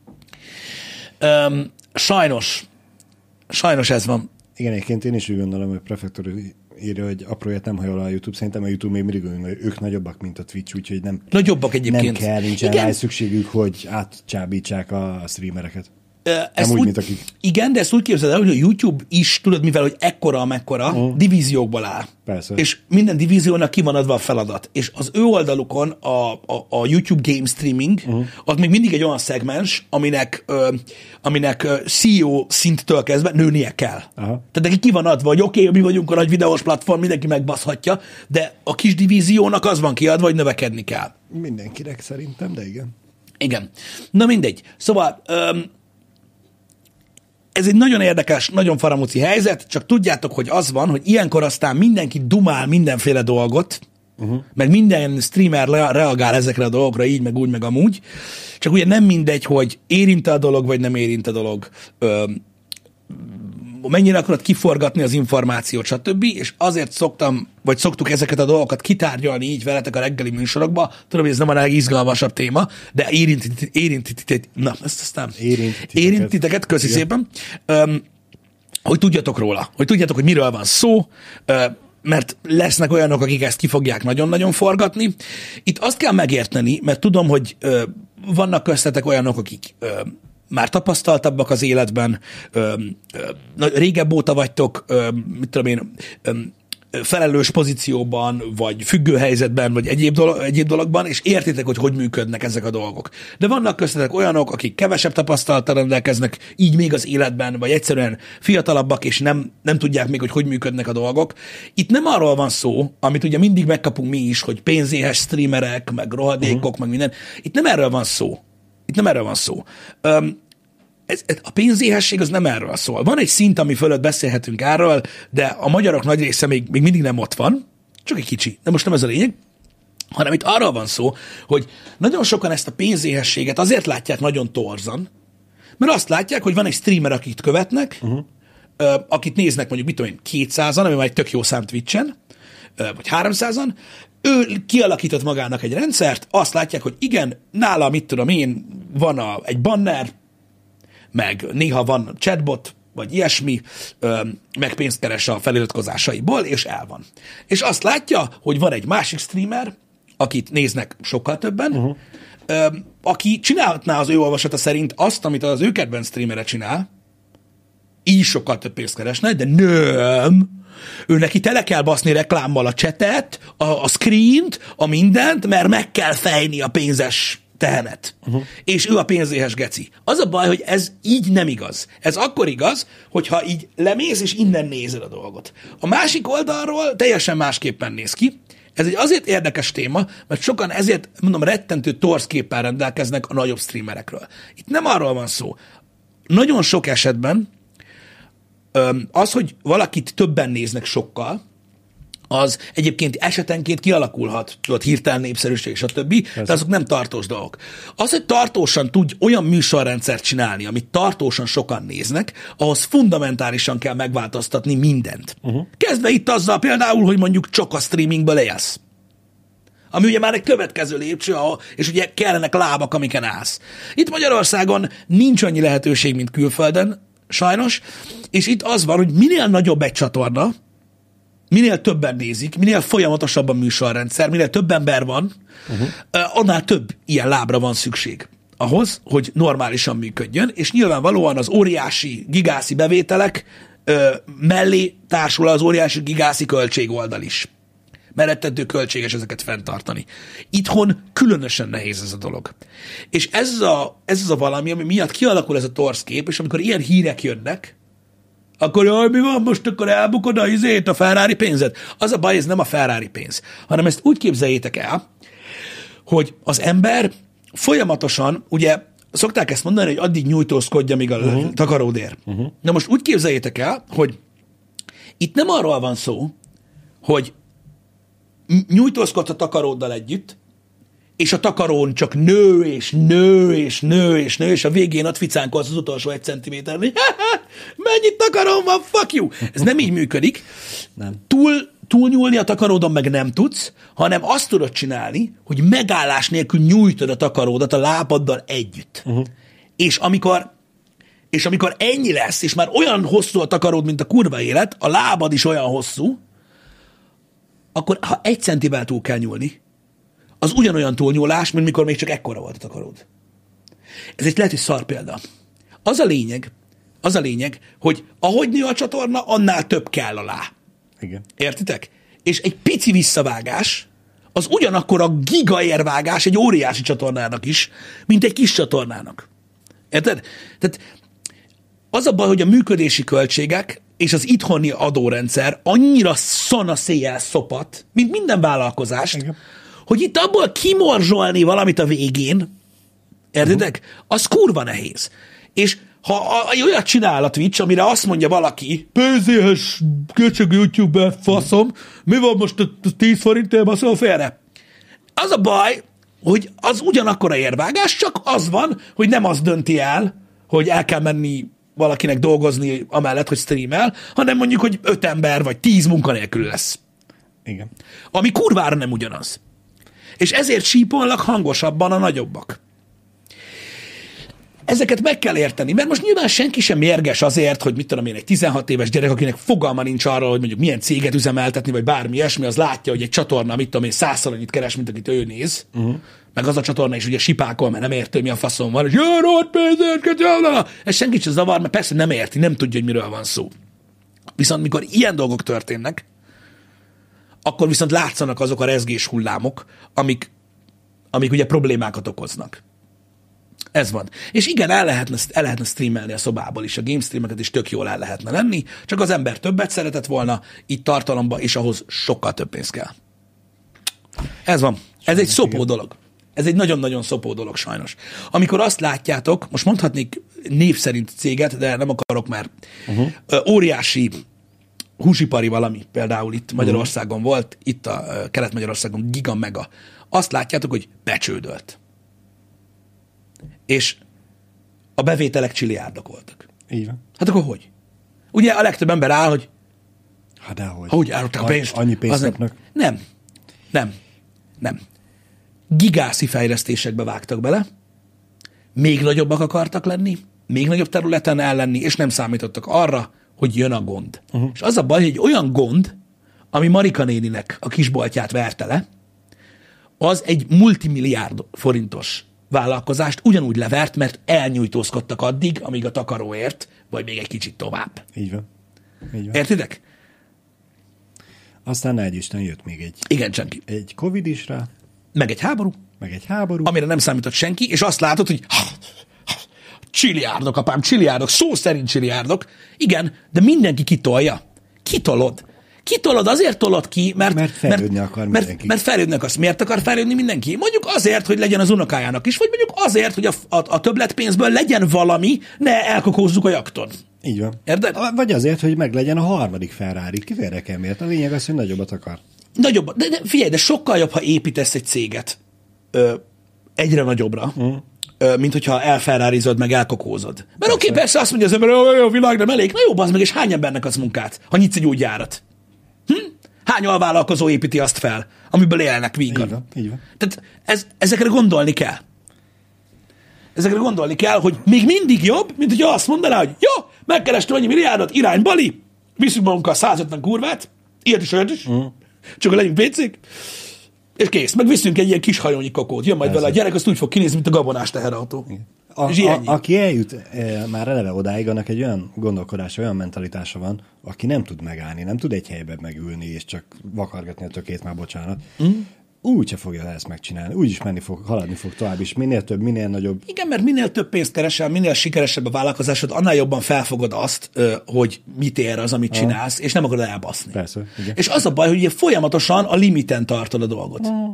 Öm, sajnos, sajnos ez van. Igen, egyébként én is úgy gondolom, hogy Prefektor írja, hogy apróját nem hajol a YouTube. Szerintem a YouTube még mindig olyan, hogy ők nagyobbak, mint a Twitch, úgyhogy nem, nagyobbak egyébként. Nem kell, nincsen rá szükségük, hogy átcsábítsák a streamereket. Nem úgy, úgy, mint akik. Igen, de ezt úgy képzeld el, hogy a YouTube is, tudod, mivel, hogy ekkora, mekkora, uh. divíziókból áll. Persze. És minden divíziónak ki van adva a feladat. És az ő oldalukon a, a, a YouTube Game Streaming, uh. az még mindig egy olyan szegmens, aminek, ö, aminek ö, C E O szinttől kezdve nőnie kell. Aha. Tehát neki ki van adva, hogy oké, okay, mi vagyunk a nagy videós platform, mindenki megbaszhatja, de a kis divíziónak az van kiadva, hogy növekedni kell. Mindenkinek szerintem, de igen. Igen. Na mindegy. Szóval... Öm, ez egy nagyon érdekes, nagyon faramúci helyzet, csak tudjátok, hogy az van, hogy ilyenkor aztán mindenki dumál mindenféle dolgot, uh-huh. meg minden streamer le- reagál ezekre a dolgokra, így, meg úgy, meg amúgy. Csak ugye nem mindegy, hogy érint a dolog, vagy nem érint a dolog. Ö, mennyire akarod kiforgatni az információt, stb. És azért szoktam, vagy szoktuk ezeket a dolgokat kitárgyalni így veletek a reggeli műsorokba. Tudom, hogy ez nem a legizgalmasabb téma, de érint, érint, na, ezt aztán érint titeket, köszi szépen, um, hogy tudjatok róla, hogy tudjátok, hogy miről van szó, uh, mert lesznek olyanok, akik ezt ki fogják nagyon-nagyon forgatni. Itt azt kell megérteni, mert tudom, hogy uh, vannak köztetek olyanok, akik uh, már tapasztaltabbak az életben, ö, ö, régebb óta vagytok, ö, mit tudom én, ö, felelős pozícióban, vagy függő helyzetben, vagy egyéb, dolog, egyéb dologban, és értitek, hogy hogy működnek ezek a dolgok. De vannak köztetek olyanok, akik kevesebb tapasztalattal rendelkeznek, így még az életben, vagy egyszerűen fiatalabbak, és nem, nem tudják még, hogy hogy működnek a dolgok. Itt nem arról van szó, amit ugye mindig megkapunk mi is, hogy pénzéhes streamerek, meg rohadékok, uh-huh. meg minden. Itt nem erről van szó. Itt nem erről van szó. Um, Ez, a pénzéhesség az nem erről szól. Van egy szint, ami fölött beszélhetünk erről, de a magyarok nagy része még, még mindig nem ott van, csak egy kicsi. De most nem ez a lényeg, hanem itt arról van szó, hogy nagyon sokan ezt a pénzéhességet azért látják nagyon torzan, mert azt látják, hogy van egy streamer, akit követnek, uh-huh. akit néznek mondjuk, mit tudom én, kétszázan, ami már egy tök jó szám Twitchen, vagy háromszázan, ő kialakított magának egy rendszert, azt látják, hogy igen, nála, mit tudom én, van a, egy banner, meg néha van chatbot, vagy ilyesmi, meg pénzt keres a feliratkozásaiból, és el van. És azt látja, hogy van egy másik streamer, akit néznek sokkal többen, uh-huh. aki csinálhatná az ő olvasata szerint azt, amit az ő kedvenc streamere csinál, így sokkal több pénzt keresne, de nem. Ő neki tele kell baszni reklámmal a chatet, a, a screent, a mindent, mert meg kell fejni a pénzes tehenet. Uh-huh. És ő a pénzéhes geci. Az a baj, hogy ez így nem igaz. Ez akkor igaz, hogyha így lemész, és innen nézed a dolgot. A másik oldalról teljesen másképpen néz ki. Ez egy azért érdekes téma, mert sokan ezért, mondom, rettentő torz képpel rendelkeznek a nagyobb streamerekről. Itt nem arról van szó. Nagyon sok esetben az, hogy valakit többen néznek sokkal, az egyébként esetenként kialakulhat, tudod, hirtelen népszerűség, stb., de azok nem tartós dolgok. Az, hogy tartósan tudj olyan műsorrendszert csinálni, amit tartósan sokan néznek, ahhoz fundamentálisan kell megváltoztatni mindent. Uh-huh. Kezdve itt azzal például, hogy mondjuk csak a streamingből élsz. Ami ugye már egy következő lépcső, és ugye kellenek lábak, amiken állsz. Itt Magyarországon nincs annyi lehetőség, mint külföldön, sajnos, és itt az van, hogy minél nagyobb egy csatorna, minél többen nézik, minél folyamatosabb a műsorrendszer, minél több ember van, uh-huh. annál több ilyen lábra van szükség ahhoz, hogy normálisan működjön, és nyilvánvalóan az óriási, gigászi bevételek ö, mellé társul az óriási, gigászi költségoldal is. Mert rettentő költséges ezeket fenntartani. Itthon különösen nehéz ez a dolog. És ez a, ez az a valami, ami miatt kialakul ez a torz kép, és amikor ilyen hírek jönnek, akkor jaj, mi van, most akkor elbukod a izét, a Ferrari pénzet. Az a baj, ez nem a Ferrari pénz, hanem ezt úgy képzeljétek el, hogy az ember folyamatosan, ugye szokták ezt mondani, hogy addig nyújtózkodja, míg a uh-huh. takaród ér. Uh-huh. Na most úgy képzeljétek el, hogy itt nem arról van szó, hogy nyújtózkodsz a takaróddal együtt, és a takarón csak nő, és nő, és nő, és nő, és a végén ott ficánkolsz az utolsó egy centiméter, hogy mennyit takarom van, fuck you! Ez nem így működik. Nem. Túl, túlnyúlni a takaródon meg nem tudsz, hanem azt tudod csinálni, hogy megállás nélkül nyújtod a takaródat a lábaddal együtt. Uh-huh. És amikor és amikor ennyi lesz, és már olyan hosszú a takaród, mint a kurva élet, a lábad is olyan hosszú, akkor ha egy centivel túl kell nyúlni, az ugyanolyan túlnyúlás, mint mikor még csak ekkora volt a takaród. Ez egy lehet, hogy szar példa. Az a lényeg, az a lényeg, hogy ahogy nő a csatorna, annál több kell alá. Igen. Értitek? És egy pici visszavágás, az ugyanakkor a gigaérvágás egy óriási csatornának is, mint egy kis csatornának. Érted? Tehát az a baj, hogy a működési költségek és az itthoni adórendszer annyira szanaszéjjel szopat, mint minden vállalkozást, igen. hogy itt abból kimorzsolni valamit a végén, értitek? Az kurva nehéz. És ha a, a, olyat csinál a Twitch, amire azt mondja valaki, pénzéhes, köcsög YouTube-be, faszom, mi van most a tíz forintért, baszol félre? Az a baj, hogy az ugyanakkor a érvágás, csak az van, hogy nem az dönti el, hogy el kell menni valakinek dolgozni amellett, hogy streamel, hanem mondjuk, hogy öt ember vagy tíz munkanélkül lesz. Igen. Ami kurvára nem ugyanaz. És ezért sípolnak hangosabban a nagyobbak. Ezeket meg kell érteni, mert most nyilván senki sem mérges azért, hogy mit tudom én, egy tizenhat éves gyerek, akinek fogalma nincs arról, hogy mondjuk milyen céget üzemeltetni, vagy bármi ilyesmi, az látja, hogy egy csatorna, mit tudom én, százszor annyit keres, mint akit ő néz, uh-huh. meg az a csatorna is ugye sipákol, mert nem érti, mi a faszom van, és jön ott pénzért, ez senki sem zavar, mert persze nem érti, nem tudja, hogy miről van szó. Viszont mikor ilyen dolgok történnek, akkor viszont látszanak azok a rezgés hullámok, amik, amik ugye problémákat okoznak. Ez van. És igen, el lehetne, el lehetne streamelni a szobából is, a game streameket is tök jól el lehetne lenni, csak az ember többet szeretett volna itt tartalomba, és ahhoz sokkal több pénz kell. Ez van. Ez egy szopó dolog. Ez egy nagyon-nagyon szopó dolog sajnos. Amikor azt látjátok, most mondhatnék név szerint céget, de nem akarok, mert uh-huh. óriási húsipari valami, például itt Magyarországon uh-huh. volt, itt a Kelet-Magyarországon Giga Mega. Azt látjátok, hogy becsődölt. És a bevételek csiliárdok voltak. Így van. Hát akkor hogy? Ugye a legtöbb ember áll, hogy hát dehogy. Hogy állottak a pénzt? Annyi pénzt nem. nem. Nem. Nem. Gigászi fejlesztésekbe vágtak bele, még nagyobbak akartak lenni, még nagyobb területen ellenni, és nem számítottak arra, hogy jön a gond. Uh-huh. És az a baj, hogy egy olyan gond, ami Marika néninek a kisboltját verte le, az egy multimilliárd forintos vállalkozást ugyanúgy levert, mert elnyújtózkodtak addig, amíg a takaróért, vagy még egy kicsit tovább. Így van. Így van. Értitek? Aztán egy Isten jött még egy. Igen, senki. Egy Covid is rá. Meg egy háború. Meg egy háború. Amire nem számított senki, és azt látod, hogy csiliárdok, apám, csiliárdok, szó szerint csiliárdok. Igen, de mindenki kitolja. Kitolod. Kitolod, azért tolod ki, mert... Mert fejlődni mert, akar mert, mindenki. Mert fejlődni akarsz. Miért akar fejlődni mindenki? Mondjuk azért, hogy legyen az unokájának is, vagy mondjuk azért, hogy a, a, a többletpénzből legyen valami, ne elkokózzuk a jakton. Így van. Érted? Vagy azért, hogy meglegyen a harmadik Ferrari. Ki félrekel miért? A lényeg az, hogy nagyobbat akar. Nagyobb, de, de figyelj, de sokkal jobb, ha építesz egy céget ö, egyre nagyobbra, mm. ö, mint hogyha elferrárizod, meg elkokózod. Mert oké, okay, persze azt mondja az ember, hogy a világ nem elég. Na jó, az meg, és hány embernek az munkát, ha nyitsz egy új gyárat? Hm? Hány alvállalkozó építi azt fel, amiből élnek vígan? Így van, így van. Tehát ez, ezekre gondolni kell. Ezekre gondolni kell, hogy még mindig jobb, mint hogyha azt mondaná, hogy jó, megkerestem annyi milliárdot, irány Bali, viszünk magunkkal százötven kurvát, ilyet is, olyat is, mm. csak legyünk pécék, és kész. Meg viszünk egy ilyen kis hajónyi kokót. Jön majd vele a gyerek, azt úgy fog kinézni, mint a gabonás teherautó. A, a, aki eljut e, már eleve odáig, annak egy olyan gondolkodása, olyan mentalitása van, aki nem tud megállni, nem tud egy helyben megülni, és csak vakargatni a tökét, már bocsánat. Mm. Úgy se fogja ezt megcsinálni. Úgy is menni fog, haladni fog tovább is. Minél több, minél nagyobb. Igen, mert minél több pénzt keresel, minél sikeresebb a vállalkozásod, annál jobban felfogod azt, hogy mit ér az, amit csinálsz, és nem akarod elbaszni. Persze, igen. És az a baj, hogy ugye folyamatosan a limiten tartod a dolgot. Mm.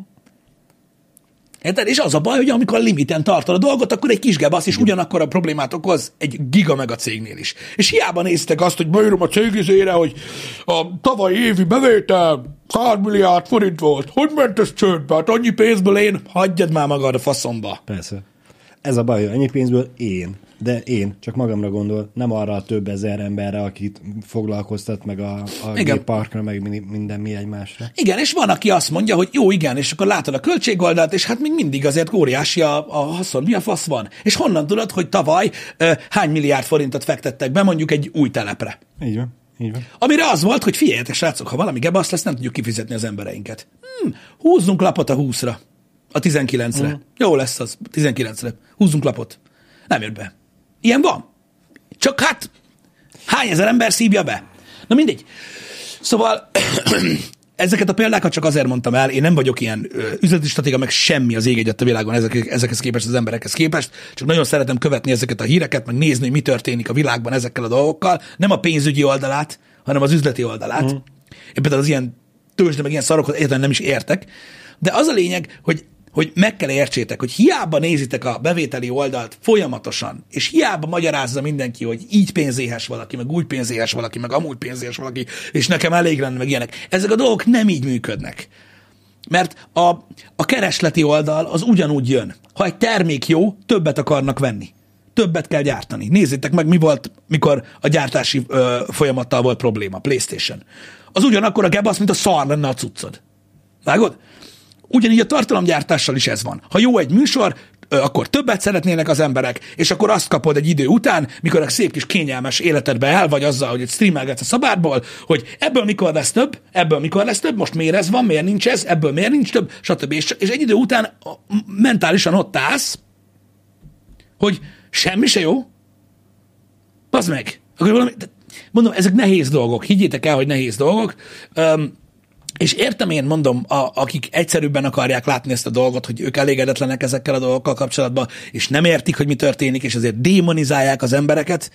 Érted? És az a baj, hogy amikor a limiten tartod a dolgot, akkor egy kis gebasz is ugyanakkor a problémát okoz egy giga meg a cégnél is. És hiába néztek azt, hogy beírom a cégizére, hogy a tavalyi évi bevétel száz milliárd forint volt. Hogy ment ez csődbe? Hát annyi pénzből én, hagyjad már magad a faszomba. Persze. Ez a baj, hogy annyi pénzből én, de én csak magamra gondol, nem arra a több ezer emberre, akit foglalkoztat, meg a, a gépparkra, meg minden mi egymásra. Igen, és van, aki azt mondja, hogy jó, igen, és akkor látod a költségoldalt, és hát még mindig azért óriási a, a haszon. Mi a fasz van? És honnan tudod, hogy tavaly uh, hány milliárd forintot fektettek be mondjuk egy új telepre? Így van. Így van. Amire az volt, hogy figyeljetek, srácok, ha valami gebasz lesz, nem tudjuk kifizetni az embereinket. Hmm, húzzunk lapot a húszra, a tizenkilencre. Mm. Jó lesz az, tizenkilencre. Húzzunk lapot. Nem jött be. Ilyen van. Csak hát hány ezer ember szívja be? Na mindegy. Szóval ezeket a példákat csak azért mondtam el, én nem vagyok ilyen ö, üzleti stratéga, meg semmi az ég egyet a világon ezek, ezekhez képest, az emberekhez képest, csak nagyon szeretem követni ezeket a híreket, meg nézni, hogy mi történik a világban ezekkel a dolgokkal. Nem a pénzügyi oldalát, hanem az üzleti oldalát. Mm. Én például az ilyen tőzsde, meg ilyen szarokhoz egyáltalán nem is értek, de az a lényeg, hogy hogy meg kell értsétek, hogy hiába nézitek a bevételi oldalt folyamatosan, és hiába magyarázza mindenki, hogy így pénzéhes valaki, meg úgy pénzéhes valaki, meg amúgy pénzéhes valaki, és nekem elég lenne, meg ilyenek. Ezek a dolgok nem így működnek. Mert a, a keresleti oldal az ugyanúgy jön. Ha egy termék jó, többet akarnak venni. Többet kell gyártani. Nézzétek meg, mi volt, mikor a gyártási ö, folyamattal volt probléma. PlayStation. Az ugyanakkor a gebasz, mint a szar lenne a cuccod. Vágod? Ugyanígy a tartalomgyártással is ez van. Ha jó egy műsor, akkor többet szeretnének az emberek, és akkor azt kapod egy idő után, mikor a szép kis kényelmes életedbe el vagy azzal, hogy streamelgetsz a szabádból, hogy ebből mikor lesz több, ebből mikor lesz több, most miért ez van, miért nincs ez, ebből miért nincs több, stb. És, és egy idő után mentálisan ott állsz, hogy semmi se jó, bazd meg. Akkor valami, mondom, ezek nehéz dolgok, higgyétek el, hogy nehéz dolgok. Um, És értem én, mondom, a, akik egyszerűbben akarják látni ezt a dolgot, hogy ők elégedetlenek ezekkel a dolgokkal kapcsolatban, és nem értik, hogy mi történik, és azért démonizálják az embereket.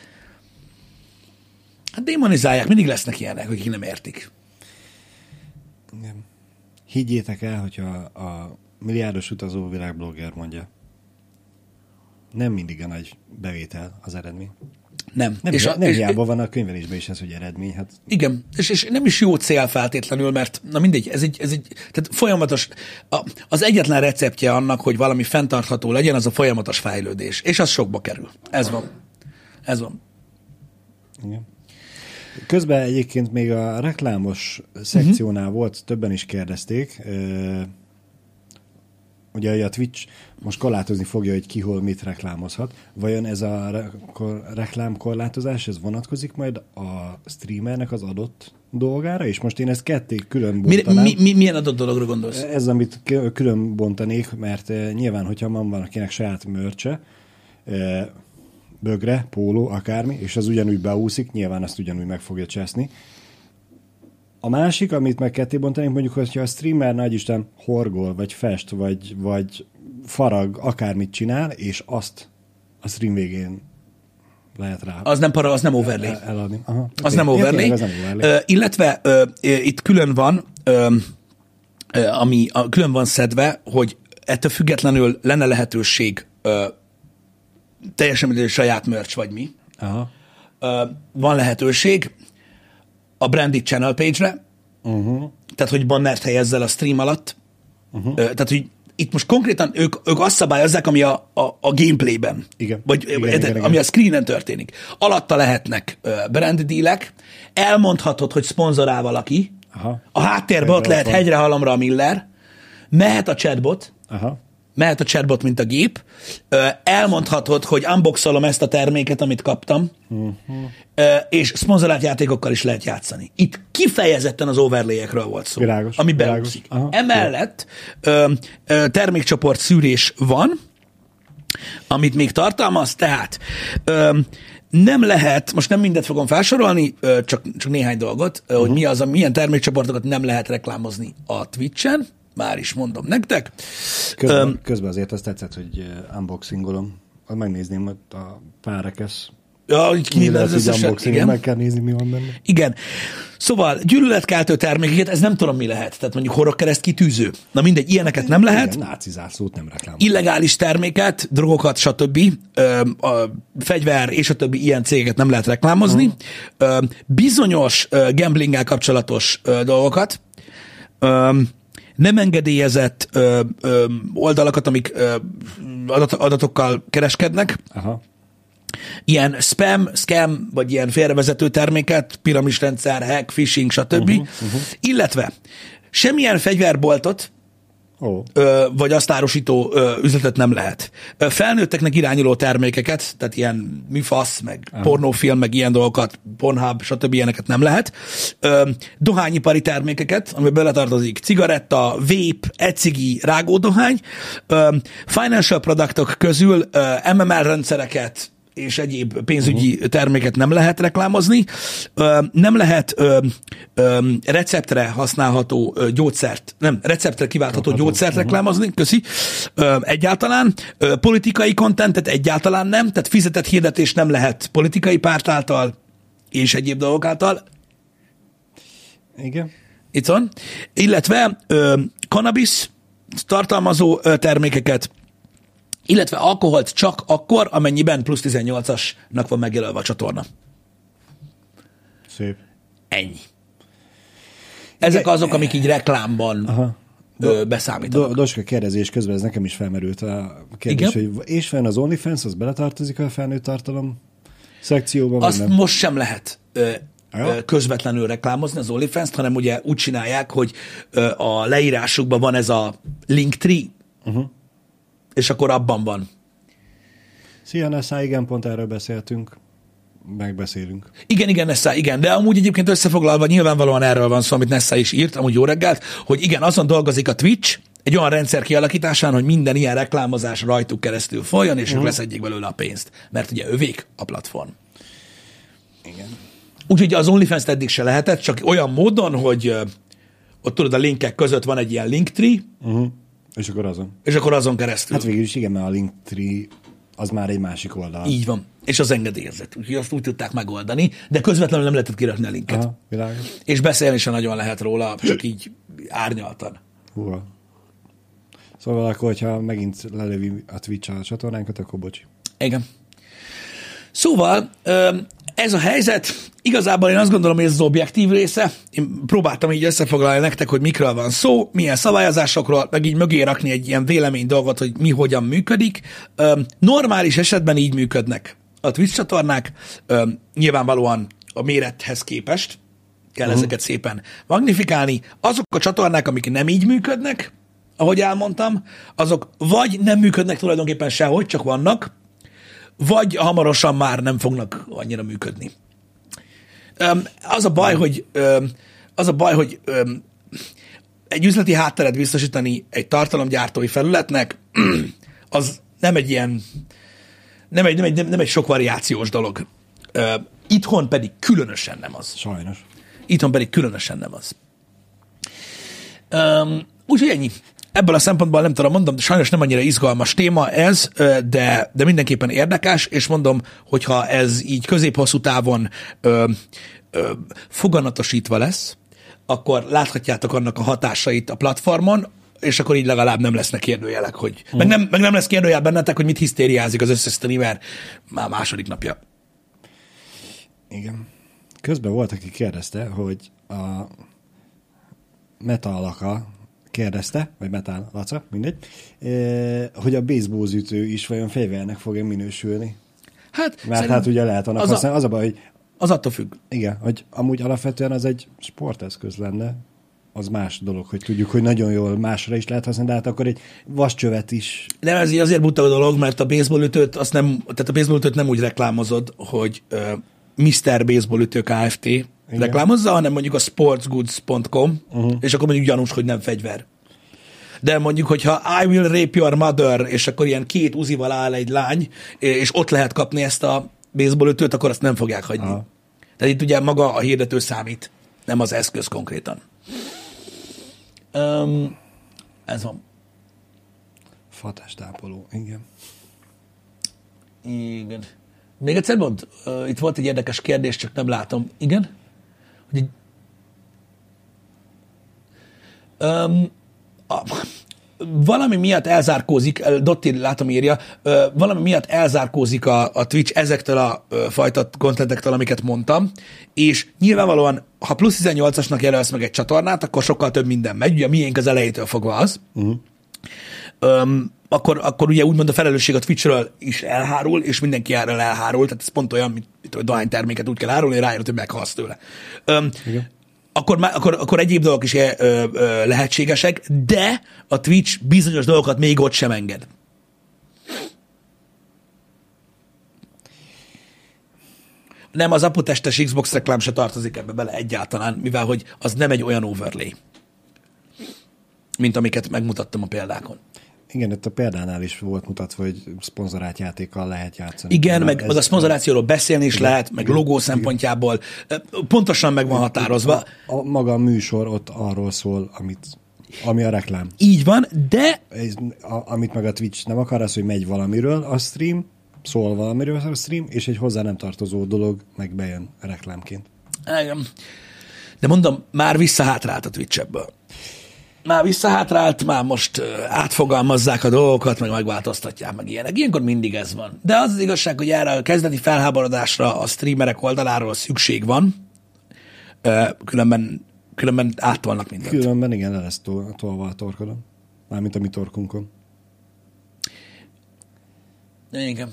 Hát démonizálják, mindig lesznek ilyenek, akik nem értik. Igen. Higgyétek el, hogyha a milliárdos utazó világblogger mondja, nem mindig a nagy bevétel az eredmény. Nem. Nem, és a, a, nem és, hiába van a könyvelésben is ez, hogy eredmény. Hát... Igen, és, és nem is jó cél feltétlenül, mert na mindegy, ez egy, ez egy tehát folyamatos, a, az egyetlen receptje annak, hogy valami fenntartható legyen, az a folyamatos fejlődés, és az sokba kerül. Ez van. Ez van. Igen. Közben egyébként még a reklámos szekciónál uh-huh. volt, többen is kérdezték, ugye a Twitch most korlátozni fogja, hogy ki hol mit reklámozhat. Vajon ez a re- reklámkorlátozás, ez vonatkozik majd a streamernek az adott dolgára? És most én ezt ketté külön bontanám. Mi, mi, milyen adott dologra gondolsz? Ez, amit külön bontanék, mert nyilván, hogyha van valakinek saját mörcse, bögre, póló, akármi, és az ugyanúgy beúszik, nyilván azt ugyanúgy meg fogja cseszni. A másik, amit meg ketté bontanék, mondjuk, hogyha a streamer nagyisten horgol, vagy fest, vagy, vagy farag, akármit csinál, és azt a stream végén lehet rá. Az nem para, az nem overlay. El, eladni. Aha, okay. Az nem overlay. Az nem overlay. Uh, illetve uh, itt külön van, uh, uh, ami uh, külön van szedve, hogy ettől függetlenül lenne lehetőség uh, teljesen mindegy, saját merch vagy mi. Aha. Uh, van lehetőség a branded channel page-re, uh-huh. tehát, hogy bannert helyezzel a stream alatt. Uh-huh. Uh, tehát, hogy itt most konkrétan ők, ők azt szabályozzák, ami a, a, a gameplayben, igen. vagy igen, igen, igen, ami igen. a screenen történik. Alatta lehetnek uh, brand dealek, elmondhatod, hogy szponzorál valaki, aha. a háttérben ott lehet hegyre halomra a Miller, mehet a chatbot, aha. mehet a chatbot, mint a gép, elmondhatod, hogy unboxolom ezt a terméket, amit kaptam, uh-huh. és szponzorált játékokkal is lehet játszani. Itt kifejezetten az overlay-ekről volt szó, világos, ami világos. beúszik. Emellett termékcsoport szűrés van, amit még tartalmaz, tehát nem lehet, most nem mindet fogom felsorolni, csak, csak néhány dolgot, uh-huh. hogy mi az, milyen termékcsoportokat nem lehet reklámozni a Twitch-en, már is mondom nektek. Közben, um, közben azért azt tetszett, hogy unboxingolom. Megnézném ott a párekesz. Ja, így kinézem az összesen. Igen. Meg kell nézni, mi van benne. Igen. Szóval gyűlöletkeltő termékeket, ez nem tudom, mi lehet. Tehát mondjuk horrorkereszt kitűző. Na mindegy, ilyeneket nem lehet. Igen, náci zászlót nem reklámozom. Illegális terméket, drogokat, stb. A fegyver és a többi ilyen cégeket nem lehet reklámozni. Uh-huh. Bizonyos gamblinggel kapcsolatos dolgokat. Nem engedélyezett ö, ö, oldalakat, amik ö, adat, adatokkal kereskednek. Aha. Ilyen spam, scam, vagy ilyen félrevezető terméket, piramisrendszer, hack, phishing, stb. Uh-huh, uh-huh. Illetve semmilyen fegyverboltot, oh. ö, vagy azt árusító ö, üzletet nem lehet. Ö, felnőtteknek irányuló termékeket, tehát ilyen műfasz, meg uh-huh. pornófilm, meg ilyen dolgokat, Pornhub, stb. Ilyeneket nem lehet. Ö, dohányipari termékeket, amiben beletartozik cigaretta, vape, ecigi, rágódohány. Ö, financial productok közül ö, em em el rendszereket, és egyéb pénzügyi uh-huh. terméket nem lehet reklámozni. Ö, nem lehet ö, ö, receptre használható ö, gyógyszert, nem, receptre kiváltható uh-huh. gyógyszert uh-huh. reklámozni, köszi. Ö, egyáltalán. Ö, politikai kontentet egyáltalán nem, tehát fizetett hirdetés nem lehet politikai párt által, és egyéb dolgok által. Igen. Itt van. Illetve ö, cannabis tartalmazó ö, termékeket, illetve alkoholt csak akkor, amennyiben plusz tizennyolcasnak van megjelölve a csatorna. Szép. Ennyi. Ezek azok, amik így reklámban Aha. Ö, beszámítanak. Do, Doska kérdezés közben, ez nekem is felmerült a kérdés, igen? Hogy és fenn az OnlyFans, az beletartozik a felnőtt tartalom szekcióban? Azt nem? Most sem lehet ö, ö, közvetlenül reklámozni az OnlyFans-t, hanem ugye úgy csinálják, hogy ö, a leírásukban van ez a Linktree, uh-huh. és akkor abban van. Szia, Nessa, igen, pont erről beszéltünk. Megbeszélünk. Igen, igen, Nessa, igen, de amúgy egyébként összefoglalva nyilvánvalóan erről van szó, amit Nessa is írt, amúgy jó reggelt, hogy igen, azon dolgozik a Twitch, egy olyan rendszer kialakításán, hogy minden ilyen reklámozás rajtuk keresztül folyjon, és mm. ők leszedjék belőle a pénzt. Mert ugye övék a platform. Igen. Úgyhogy az OnlyFans eddig se lehetett, csak olyan módon, hogy ott tudod, a linkek között van egy ilyen linktree, Uh-huh. És akkor azon. és akkor azon keresztül. Hát végül is igen, mert a Linktree az már egy másik oldal. Így van. És az engedélyezett. Úgyhogy azt úgy tudták megoldani, de közvetlenül nem lehetett kirakni a linket. Aha, világos. És beszélni sem nagyon lehet róla, csak így árnyaltan. Húha. Szóval akkor, hogyha megint lelövi a Twitch a csatornánkat, akkor bocsi. Igen. Szóval ez a helyzet, igazából én azt gondolom, hogy ez az objektív része. Én próbáltam így összefoglalni nektek, hogy mikről van szó, milyen szabályozásokról, meg így mögé rakni egy ilyen vélemény dolgot, hogy mi hogyan működik. Normális esetben így működnek a Twitch csatornák, nyilvánvalóan a mérethez képest kell uh-huh. ezeket szépen magnifikálni. Azok a csatornák, amik nem így működnek, ahogy elmondtam, azok vagy nem működnek tulajdonképpen sehogy, csak vannak, vagy hamarosan már nem fognak annyira működni. Az a baj, hogy, az a baj, hogy egy üzleti hátteret biztosítani egy tartalomgyártói felületnek, az nem egy ilyen, nem egy, nem egy, nem egy sok variációs dolog. Itthon pedig különösen nem az. Sajnos. Itthon pedig különösen nem az. Úgyhogy ennyi. Ebből a szempontból nem tudom, mondom, sajnos nem annyira izgalmas téma ez, de, de mindenképpen érdekes, és mondom, hogyha ez így közép-hosszú távon ö, ö, foganatosítva lesz, akkor láthatjátok annak a hatásait a platformon, és akkor így legalább nem lesznek kérdőjelek, hogy... Hmm. Meg, nem, meg nem lesz kérdőjel bennetek, hogy mit hisztériázik az összes streamer már második napja. Igen. Közben volt, aki kérdezte, hogy a Meta alaka kérdezte, vagy Metál Laca, mindegy, hogy a baseballütő is vajon fegyvernek fog-e minősülni. Hát, mert hát ugye lehet annak az használni. A, az a baj, hogy... Az attól függ. Igen, hogy amúgy alapvetően az egy sporteszköz lenne, az más dolog, hogy tudjuk, hogy nagyon jól másra is lehet használni, de hát akkor egy vascsövet is. Nem, ez azért buta a dolog, mert a baseballütőt, azt nem, tehát a baseballütőt nem úgy reklámozod, hogy uh, miszter Baseballütő Kft. Igen. reklámozza, hanem mondjuk a sportsgoods pont com, uh-huh. és akkor mondjuk gyanús, hogy nem fegyver. De mondjuk, hogyha I will rape your mother, és akkor ilyen két uzival áll egy lány, és ott lehet kapni ezt a baseballütőt, akkor azt nem fogják hagyni. Aha. Tehát itt ugye maga a hirdető számít, nem az eszköz konkrétan. Um, ez van. Fatástápoló, igen. Igen. Még egyszer mond, uh, itt volt egy érdekes kérdés, csak nem látom. Igen? Hogy egy... um, a... valami miatt elzárkózik, Dotti látom írja, valami miatt elzárkózik a, a Twitch ezektől a fajta kontentektől, amiket mondtam, és nyilvánvalóan, ha plusz tizennyolcasnak jelölsz meg egy csatornát, akkor sokkal több minden megy, ugye a miénk az elejétől fogva az, uh-huh. um, akkor, akkor ugye úgymond a felelősség a Twitchről is elhárul, és mindenki erről elhárul, tehát ez pont olyan, mint, mint hogy dohányterméket úgy kell árulni, hogy rájön, hogy meghalsz tőle. Um, Akkor, akkor, akkor egyéb dolgok is ö, ö, lehetségesek, de a Twitch bizonyos dolgokat még ott sem enged. Nem, az aputestes Xbox reklám se tartozik ebbe bele egyáltalán, mivel hogy az nem egy olyan overlay, mint amiket megmutattam a példákon. Igen, itt a példánál is volt mutatva, hogy szponzorált játékkal lehet játszani. Igen, meg, meg a szponzorációról beszélni is igen, lehet, meg igen, logó szempontjából. Pontosan meg van határozva. A, a, maga a műsor ott arról szól, amit, ami a reklám. Így van, de... Ez, a, amit meg a Twitch nem akar, az, hogy megy valamiről a stream, szól valamiről a stream, és egy hozzá nem tartozó dolog meg bejön reklámként. Igen. De mondom, már visszahátrált a Twitch ebből. Már visszahátrált, már most átfogalmazzák a dolgokat, meg megváltoztatják, meg ilyenek. Ilyenkor mindig ez van. De az az igazság, hogy erre a kezdeti felháborodásra a streamerek oldaláról szükség van, különben, különben áttolnak mindent. Különben igen, le lesz tol- tolva a torkodon. Mármint a mi torkunkon. Igen.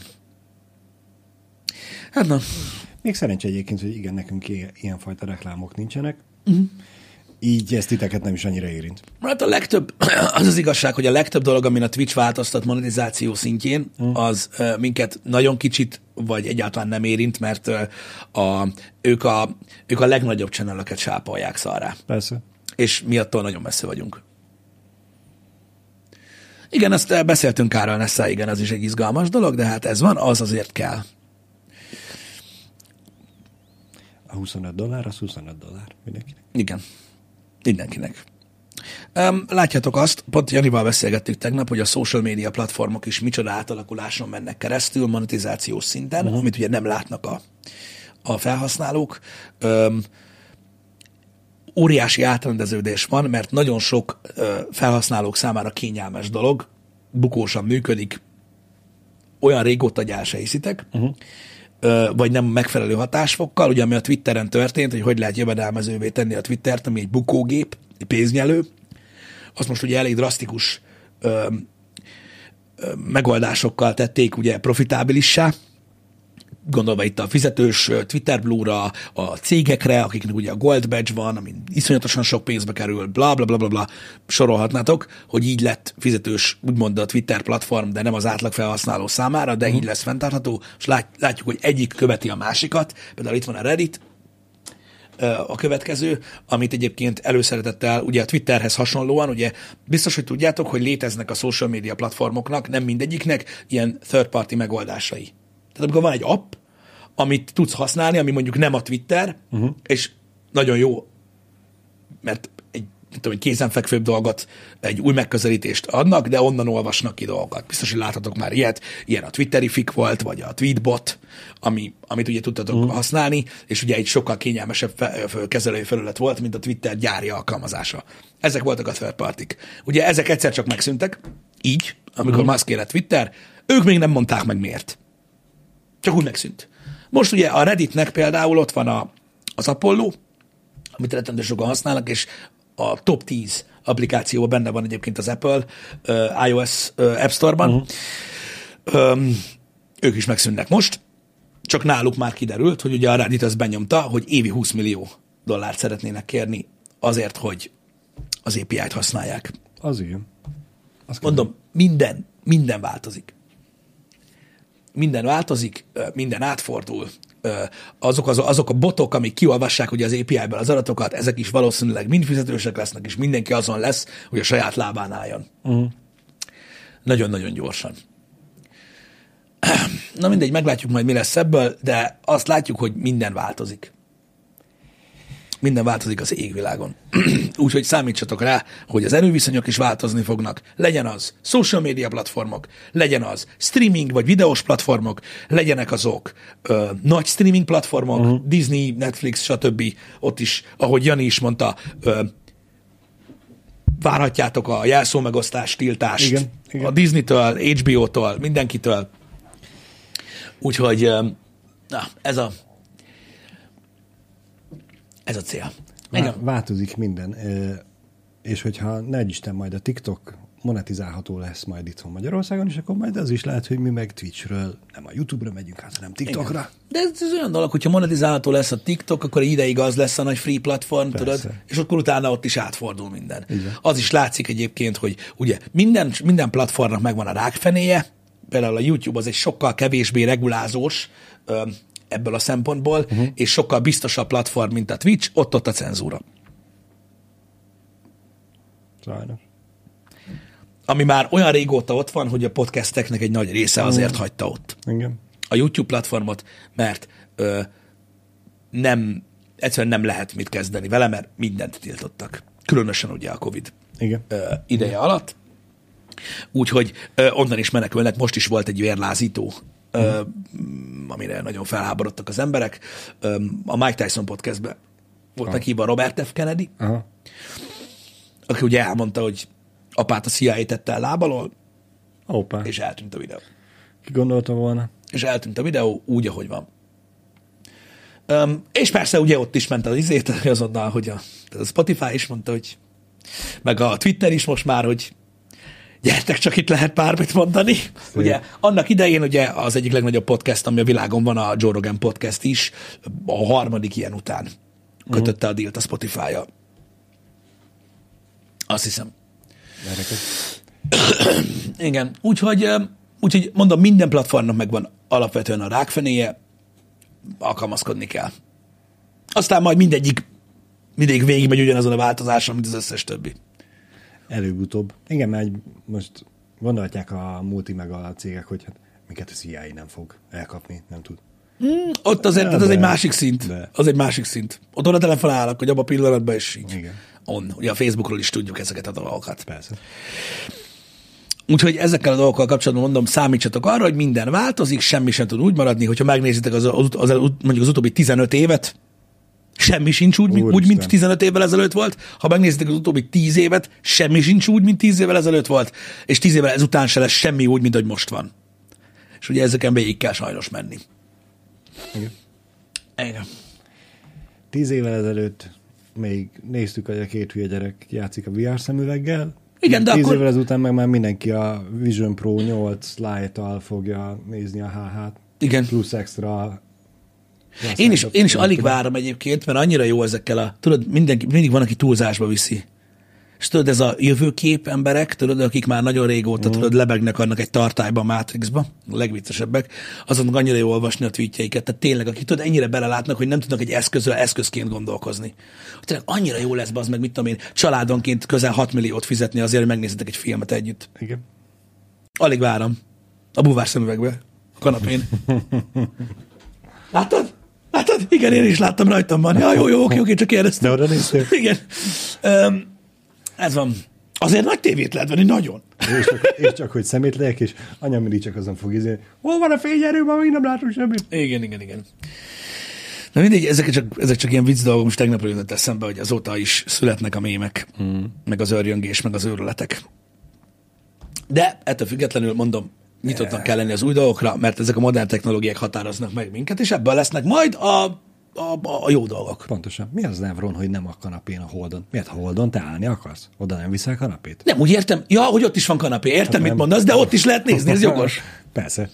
Hát na. Még szerencsé egyébként, hogy igen, nekünk ilyenfajta reklámok nincsenek. Uh-huh. Így ezt titeket nem is annyira érint. Hát a legtöbb, az az igazság, hogy a legtöbb dolog, amin a Twitch változtat monetizáció szintjén, az uh, minket nagyon kicsit, vagy egyáltalán nem érint, mert uh, a, ők, a, ők a legnagyobb channelöket sápolják szarrá. Persze. És mi attól nagyon messze vagyunk. Igen, ezt beszéltünk Kárral Nesszel, igen, az is egy izgalmas dolog, de hát ez van, az azért kell. A huszonöt dollár, az huszonöt dollár mindenkinek. Igen. Mindenkinek. Um, látjátok azt, pont Janival beszélgettük tegnap, hogy a social media platformok is micsoda átalakuláson mennek keresztül monetizációs szinten, uh-huh. amit ugye nem látnak a, a felhasználók. Um, óriási átrendeződés van, mert nagyon sok uh, felhasználók számára kényelmes dolog, bukósan működik, olyan régóta, hogy el se hiszitek, uh-huh. uh, vagy nem megfelelő hatásfokkal, ugye ami a Twitteren történt, hogy hogy lehet jövedelmezővé tenni a Twittert, ami egy bukógép, egy pénznyelő, azt most ugye elég drasztikus ö, ö, megoldásokkal tették ugye profitábilissá, gondolva itt a fizetős Twitter Blue-ra, a cégekre, akiknek ugye a Gold Badge van, ami iszonyatosan sok pénzbe kerül, bla bla bla bla, bla sorolhatnátok, hogy így lett fizetős, úgymond a Twitter platform, de nem az átlag felhasználó számára, de uh-huh. így lesz fenntartható, és lát, látjuk, hogy egyik követi a másikat, például itt van a Reddit, a következő, amit egyébként előszeretettel, ugye a Twitterhez hasonlóan, ugye biztos, hogy tudjátok, hogy léteznek a social media platformoknak, nem mindegyiknek ilyen third party megoldásai. Tehát amikor van egy app, amit tudsz használni, ami mondjuk nem a Twitter, uh-huh. és nagyon jó, mert egy, tudom, egy kézenfekvőbb dolgot, egy új megközelítést adnak, de onnan olvasnak ki dolgokat. Biztos, hogy láthatok már ilyet, ilyen a Twitterific volt, vagy a Tweetbot, ami, amit ugye tudtatok uh-huh. használni, és ugye egy sokkal kényelmesebb fe, kezelői felület volt, mint a Twitter gyári alkalmazása. Ezek voltak a third partik. Ugye ezek egyszer csak megszűntek, így, amikor uh-huh. Musk élet Twitter, ők még nem mondták meg miért. Csak úgy megszűnt. Most ugye a Redditnek például ott van a, az Apollo, amit rettentő sokan használnak, és a top tíz applikációban benne van egyébként az Apple uh, iOS uh, App Store-ban. Uh-huh. Um, ők is megszűnnek most, csak náluk már kiderült, hogy ugye a Reddit az benyomta, hogy évi húsz millió dollárt szeretnének kérni azért, hogy az á pé í-t használják. Az igen. Azt mondom, minden, minden változik. Minden változik, minden átfordul. Azok, az, azok a botok, amik kiolvassák ugye az á pé í-ből az adatokat, ezek is valószínűleg mind fizetősek lesznek, és mindenki azon lesz, hogy a saját lábán álljon. Uh-huh. Nagyon-nagyon gyorsan. Na mindegy, meglátjuk majd, mi lesz ebből, de azt látjuk, hogy minden változik. Minden változik az égvilágon. Úgyhogy számítsatok rá, hogy az erőviszonyok is változni fognak. Legyen az social media platformok, legyen az streaming vagy videós platformok, legyenek azok ö, nagy streaming platformok, uh-huh. Disney, Netflix, stb. Ott is, ahogy Jani is mondta, ö, várhatjátok a jelszómegosztás tiltást igen, igen. a Disney-től, há bé ó-tól, mindenkitől. Úgyhogy ö, na, ez a Ez a cél. Vá- változik minden, és hogyha ne Isten majd a TikTok monetizálható lesz majd itthon Magyarországon, és akkor majd az is lehet, hogy mi meg Twitchről nem a YouTube-ra megyünk át, hanem TikTokra. Igen. De ez, ez olyan dolog, hogyha monetizálható lesz a TikTok, akkor ideig az lesz a nagy free platform, persze. Tudod, és akkor utána ott is átfordul minden. Igen. Az is látszik egyébként, hogy ugye minden, minden platformnak megvan a rákfenéje, például a YouTube az egy sokkal kevésbé regulázós, ebből a szempontból, uh-huh. és sokkal biztosabb platform, mint a Twitch, ott-ott a cenzúra. Sajnos. Ami már olyan régóta ott van, hogy a podcasteknek egy nagy része azért uh-huh. hagyta ott. Igen. A YouTube platformot, mert ö, nem, egyszerűen nem lehet mit kezdeni vele, mert mindent tiltottak. Különösen ugye a Covid Igen. Ö, ideje Igen. alatt. Úgyhogy ö, onnan is menekülnek. Most is volt egy vérlázító, Ö, amire nagyon felháborodtak az emberek. Ö, a Mike Tyson podcastben volt meghívva Robert F. Kennedy, Aha. aki ugye elmondta, hogy apát a C I A tette el lábalól, Opa. és eltűnt a videó. Ki gondolta volna? És eltűnt a videó úgy, ahogy van. Ö, és persze ugye ott is ment az izét, azonnal, hogy a, a Spotify is mondta, hogy meg a Twitter is most már, hogy gyertek, csak itt lehet bármit mondani. Szép. Ugye annak idején ugye az egyik legnagyobb podcast, ami a világon van, a Joe Rogan podcast is, a harmadik ilyen után kötötte uh-huh. a dílt a Spotify-jal. Azt hiszem. Igen, úgyhogy, úgyhogy mondom, minden platformnak megvan alapvetően a rákfenéje, alkalmazkodni kell. Aztán majd mindegyik mindig végigmegy ugyanazon a változáson, mint az összes többi. Előbb-utóbb. Igen, mert most gondolhatják a multi meg a cégek, hogy hát minket a C I A nem fog elkapni, nem tud. Mm, ott azért, de, az egy másik szint. De. Az egy másik szint. Ott oda telefonálnak, hogy abban a pillanatban is így. Igen. on. Ugye a Facebookról is tudjuk ezeket a dolgokat. Persze. Úgyhogy ezekkel a dolgokkal kapcsolatban mondom, számítsatok arra, hogy minden változik, semmi sem tud úgy maradni, hogyha megnézitek az, az, az, az, mondjuk az utóbbi tizenöt évet, semmi sincs úgy, mint, úgy, mint tizenöt évvel ezelőtt volt. Ha megnézitek az utóbbi tíz évet, semmi sincs úgy, mint tíz évvel ezelőtt volt, és tíz évvel ezután se lesz semmi úgy, mint ahogy most van. És ugye ezeken végig kell sajnos menni. Igen. Igen. Tíz évvel ezelőtt még néztük, hogy a két hülye gyerek játszik a vé er szemüveggel. Igen, de Tíz akkor... évvel ezután meg már mindenki a Vision Pro nyolc Lite-tal fogja nézni a há há-t. Igen. Plusz extra... Én is, én is alig várom egyébként, mert annyira jó ezekkel a... Tudod, mindenki, mindig van, aki túlzásba viszi. És tudod, ez a jövőkép emberek, tudod, akik már nagyon régóta, mm. tudod, lebegnek annak egy tartályba, a Matrixba, a legviccesebbek, azonnak annyira jó olvasni a tweetjeiket. Tehát tényleg, akik tudod, ennyire belelátnak, hogy nem tudnak egy eszközről eszközként gondolkozni. Hogy tényleg annyira jó lesz, az meg, mit tudom én, családonként közel hat milliót fizetni azért, hogy megnézzetek egy filmet együtt. Igen. Alig várom. A búvár szemüvegbe, a kanapén. Láttad? Látod? Igen, én is láttam, rajtam van. Ja, jó, jó, oké, oké, csak kérdeztem. De oda néztél? Igen. Um, ez van. Azért nagy tévét lehet venni, nagyon. És csak, és csak hogy szemétlek, és anyám mindig csak azon fog izélni, hol van a fényerő, már még nem látom semmit. Igen, igen, igen. Na mindegy, ezek csak, ezek csak ilyen vicc dolgok, most tegnap jutott eszembe, hogy azóta is születnek a mémek, hmm. meg az örjöngés, meg az őrületek. De ettől függetlenül mondom, nyitottnak kell lenni az új dolgokra, mert ezek a modern technológiák határoznak meg minket, és ebből lesznek majd a, a, a jó dolgok. Pontosan. Mi az Nevron, hogy nem a kanapén a Holdon? Miért a Holdon te állni akarsz? Oda nem viszel kanapét? Nem, úgy értem. Ja, hogy ott is van kanapé. Értem, hát mit nem. mondasz, de ott is lehet nézni, ez jogos. Persze.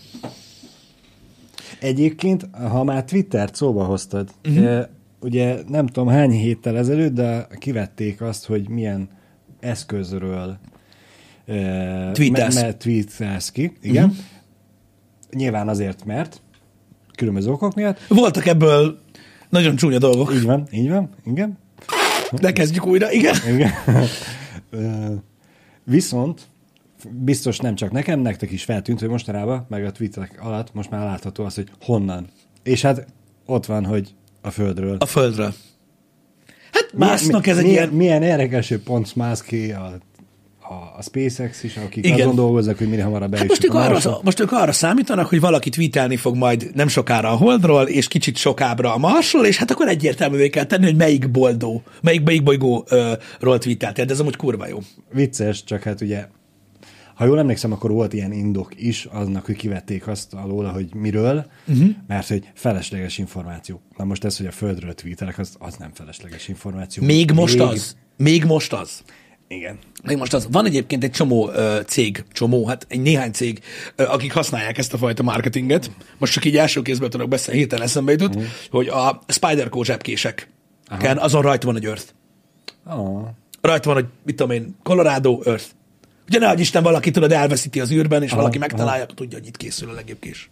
Egyébként, ha már Twittert szóba hoztad, uh-huh. ugye nem tudom hány héttel ezelőtt, de kivették azt, hogy milyen eszközről tweetelsz. Me- me- tweetelsz ki. Igen. Uh-huh. Nyilván azért, mert különböző okok miatt. Voltak ebből nagyon csúnya dolgok. Így van, így van, igen. De kezdjük újra, igen. igen. Viszont biztos nem csak nekem, nektek is feltűnt, hogy mostanában, meg a tweetek alatt most már látható az, hogy honnan. És hát ott van, hogy a Földről. A Földről. Hát Musknak ez egy milyen, ilyen... Milyen érdekes, pont Muské, a, a, a SpaceX is, akik igen. azon dolgoznak, hogy mire hamarabb hát most, ők arra, most ők arra számítanak, hogy valaki tweetelni fog majd nem sokára a Holdról, és kicsit sokábbra a Marsról, és hát akkor egyértelművé kell tenni, hogy melyik boldó, melyik, melyik bolygóról tweeteltél, de ez amúgy kurva jó. Vicces, csak hát ugye ha jól emlékszem, akkor volt ilyen indok is aznak, hogy kivették azt alól, hogy miről, uh-huh. mert hogy felesleges információ. Na most ez, hogy a Földről tweetelek, az, az nem felesleges információ. Még, Még most az? Még most az? Igen. Még most az. Van egyébként egy csomó uh, cég, csomó, hát egy néhány cég, uh, akik használják ezt a fajta marketinget. Most csak így első kézből tudok beszélni, héten eszembe jutott, uh-huh. hogy a Spyderco zsebkéseken azon rajta van egy Earth. Oh. Rajta van, hogy mit tudom én, Colorado, Earth. Ugye nehogy Isten valaki, tudod, elveszíti az űrben, és aha, valaki megtalálja, aha. tudja, hogy itt készül a legjobb kés.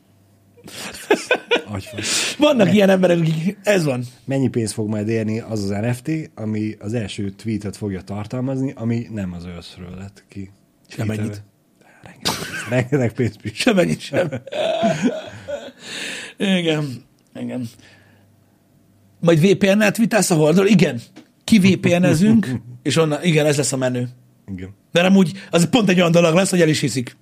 Vannak ne. ilyen emberek, akik... Ez van. Mennyi pénzt fog majd érni az az en ef té, ami az első tweetet fogja tartalmazni, ami nem az Earthről lett ki. Sem ennyit. Rengeteg pénz. Sem ennyit, sem. Igen. Igen. Majd vé pé en-nel tweetelsz a Holdról? Igen. Ki vé pé en-ezünk, és onnan, igen, ez lesz a menő. Igen. De nem úgy, az pont egy olyan dolog lesz, hogy el is hiszik.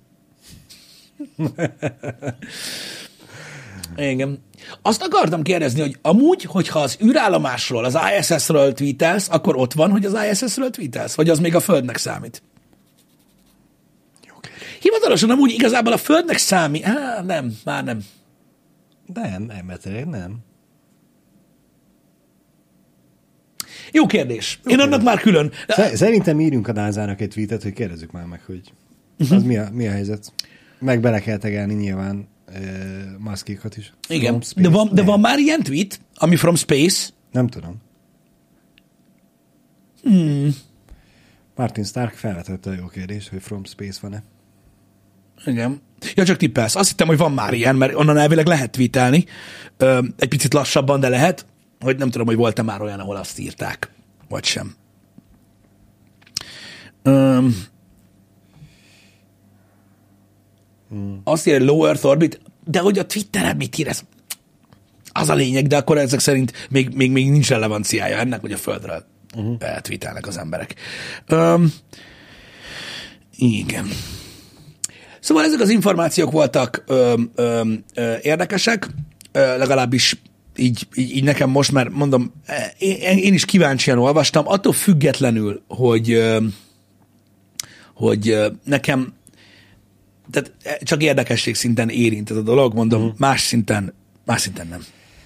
Igen. Azt akartam kérdezni, hogy amúgy, hogyha az űrállomásról, az i es es-ről tweetelsz, akkor ott van, hogy az i es es-ről tweetelsz? Vagy az még a Földnek számít? Jó kérdés. Hivatalosan amúgy igazából a Földnek számít. Á, nem, már nem. Nem, nem, mert nem. Jó kérdés. Jó Én kérdés. annak már külön. Szerintem írjunk a názának egy tweetet, hogy kérdezzük már meg, hogy uh-huh. az mi a, mi a helyzet. Meg bele kell tegelni nyilván uh, Muskékat is. Igen, de van, de van már ilyen tweet, ami from space? Nem tudom. Hmm. Martin Stark felvetette a jó kérdés, hogy from space van-e. Igen. Ja, csak tippelsz. Azt hittem, hogy van már ilyen, mert onnan elvileg lehet tweetelni. Ö, egy picit lassabban, de lehet. Hogy nem tudom, hogy volt-e már olyan, ahol azt írták. Vagy sem. Um, hmm. Azt írja, low Earth orbit, de hogy a Twitteren mit ír, ez az a lényeg, de akkor ezek szerint még, még, még nincs relevanciája ennek, hogy a Földről uh-huh. tweetelnek az emberek. Um, igen. Szóval ezek az információk voltak öm, öm, ö, érdekesek, ö, legalábbis így, így, így nekem most, mert mondom, én, én is kíváncsian olvastam, attól függetlenül, hogy, ö, hogy ö, nekem tehát csak érdekesség szinten érint ez a dolog, mondom, uh-huh. más szinten, más szinten nem.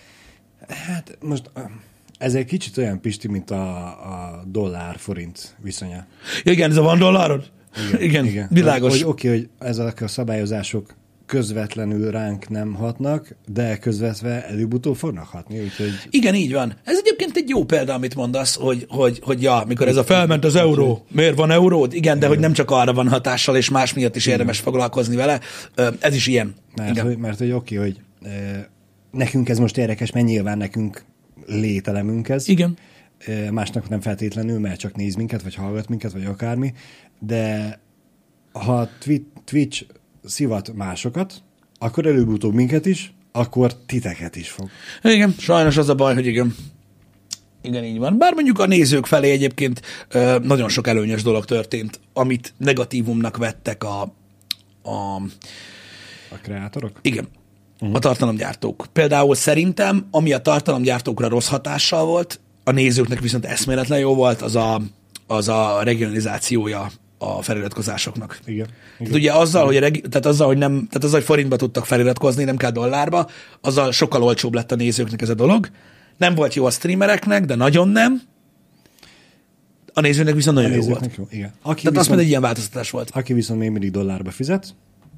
Hát most ez egy kicsit olyan, Pisti, mint a, a dollár-forint viszonya. Ja, igen, ez a van dollárod? Igen, igen, igen. Világos. Hogy, hogy oké, okay, hogy ezek a szabályozások közvetlenül ránk nem hatnak, de közvetve előbb-utóbb fognak hatni, úgyhogy... Igen, így van. Ez egyébként egy jó példa, amit mondasz, hogy, hogy, hogy ja, mikor ez a felment az euró, miért van euród? Igen, de igen. hogy nem csak arra van hatással, és más miatt is érdemes igen. foglalkozni vele. Ez is ilyen. Mert, hogy, mert hogy oké, okay, hogy e, nekünk ez most érdekes, mert nyilván nekünk lételemünk ez. Igen. E, másnak nem feltétlenül, mert csak néz minket, vagy hallgat minket, vagy akármi, de ha Twitch szivat másokat, akkor előbb-utóbb minket is, akkor titeket is fog. Igen, sajnos az a baj, hogy igen. Igen, így van. Bár mondjuk a nézők felé egyébként nagyon sok előnyös dolog történt, amit negatívumnak vettek a... A, a kreátorok? Igen. Uh-huh. A tartalomgyártók. Például szerintem, ami a tartalomgyártókra rossz hatással volt, a nézőknek viszont eszméletlen jó volt, az a, az a regionalizációja a feliratkozásoknak. Igen. Igen. Tehát ugye azzal, hogy, regi- tehát azzal, hogy nem, tehát azzal, hogy forintba tudtak feliratkozni, nem kell dollárba, azzal sokkal olcsóbb lett a nézőknek ez a dolog. Nem volt jó a streamereknek, de nagyon nem. A nézőnek viszont nagyon jó volt. Jó, igen. Aki tehát azt mondja, egy ilyen változtatás volt. Aki viszont még mindig dollárba fizet,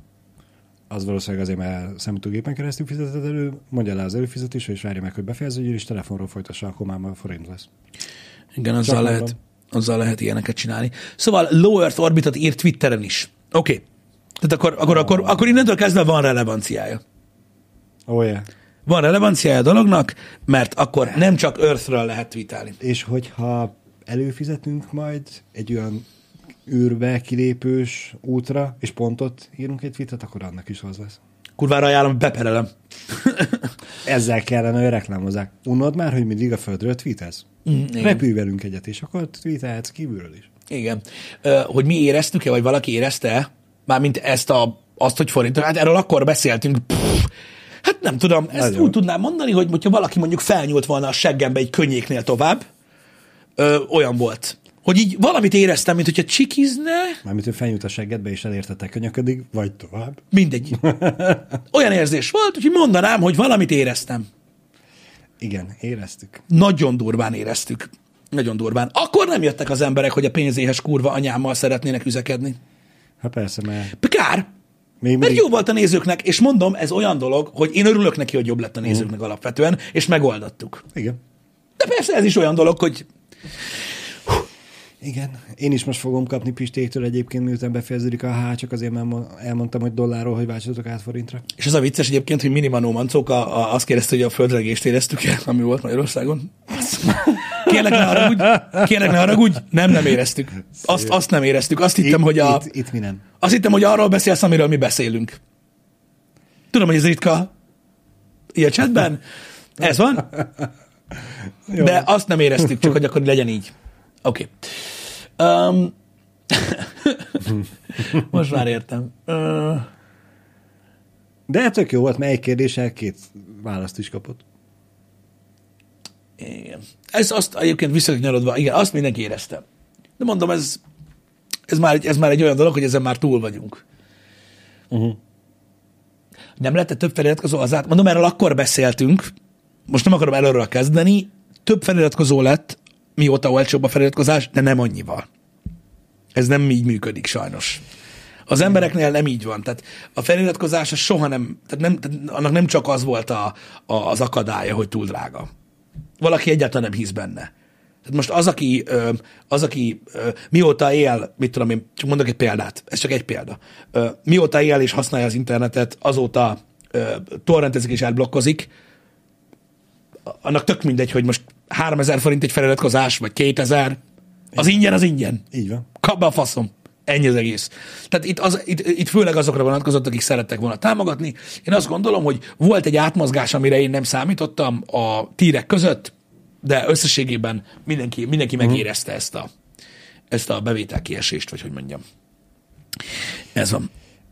az valószínűleg azért, mert számítógépen keresztül fizetett elő, mondja le az előfizetésre, és várja meg, hogy befejeződjön, és telefonról folytassa, akkor már a forint lesz. Igen, azzal lehet, azzal lehet ilyeneket csinálni. Szóval Low Earth Orbitot írt Twitteren is. Oké. Okay. Tehát akkor, akkor, oh. akkor, akkor innentől kezdve van relevanciája. Oh, yeah. Van relevanciája a dolognak, mert akkor nem csak Earthről lehet tweetelni. És hogyha előfizetünk majd egy olyan űrbe kilépős útra, és pontot írunk egy tweetet, akkor annak is az lesz. Kurvára ajánlom, beperelem. Ezzel kellene, hogy reklámozzák. Unod már, hogy mindig a földről tweetelsz? Mm, repülj velünk egyet, és akkor tweetelhetsz kívülről is. Igen. Hogy mi éreztük-e, vagy valaki érezte, mármint ezt a, azt, hogy forint. Hát erről akkor beszéltünk. Pff, hát nem tudom, ezt nagyon úgy tudnám mondani, hogy hogyha valaki mondjuk felnyúlt volna a seggembe egy könnyéknél tovább, ö, olyan volt. Hogy így valamit éreztem, mint hogyha csikizne. Mármint, hogy felnyújt a seggedbe, és elértetek könyöködig, vagy tovább. Mindegy. Olyan érzés volt, hogy mondanám, hogy valamit éreztem. Igen, éreztük. Nagyon durván éreztük. Nagyon durván. Akkor nem jöttek az emberek, hogy a pénzéhes kurva anyámmal szeretnének üzekedni. Hát persze, mert... Kár. Még mert jó volt a nézőknek, és mondom, ez olyan dolog, hogy én örülök neki, hogy jobb lett a nézőknek mm. alapvetően, és megoldottuk. Igen. De persze ez is olyan dolog, hogy... Igen, én is most fogom kapni Pistéktől egyébként, miután befejeződik a há, csak azért már elmondtam, hogy dollárról, hogy változtatok át forintra. És az a vicces egyébként, hogy Minimanó Mancóka azt kérdezte, hogy a földrengést éreztük-e, ami volt Magyarországon. Kérlek, ne haragudj, kérlek, ne haragudj, nem, nem éreztük. Azt, azt nem éreztük. Azt hittem, itt, hogy a... Itt, itt mi nem. Azt hittem, hogy arról beszélsz, amiről mi beszélünk. Tudom, hogy ez ritka. Ilyen chatben. Ez van. De azt nem éreztük, csak hogy akkor legyen így. Oké. Okay. Um, most már értem. Uh, De tök jó volt, mert egy kérdéssel két választ is kapott. Igen. Ez azt egyébként visszakanyarodva, igen, azt mindenki érezte. De mondom, ez, ez, már egy, ez már egy olyan dolog, hogy ezen már túl vagyunk. Uh-huh. Nem lett több feliratkozó az át? Mondom, erről akkor beszéltünk, most nem akarom előről kezdeni, több feliratkozó lett, mióta olcsóbb a feliratkozás, de nem annyival. Ez nem így működik sajnos. Az embereknél nem így van. Tehát a feliratkozás az soha nem, tehát nem, tehát annak nem csak az volt a, a, az akadálya, hogy túl drága. Valaki egyáltalán nem hisz benne. Tehát most az, aki, az, aki mióta él, mit tudom én, csak mondok egy példát, ez csak egy példa. Mióta él és használja az internetet, azóta torrentezik és elblokkozik, annak tök mindegy, hogy most háromezer forint egy feliratkozás, vagy kétezer, az ingyen, az ingyen. Így van. Kap be a faszom. Ennyi az egész. Tehát itt, az, itt, itt főleg azokra vonatkozott, akik szerettek volna támogatni. Én azt gondolom, hogy volt egy átmozgás, amire én nem számítottam a tírek között, de összességében mindenki, mindenki megérezte ezt a, ezt a bevételkiesést, vagy hogy mondjam. Ez van.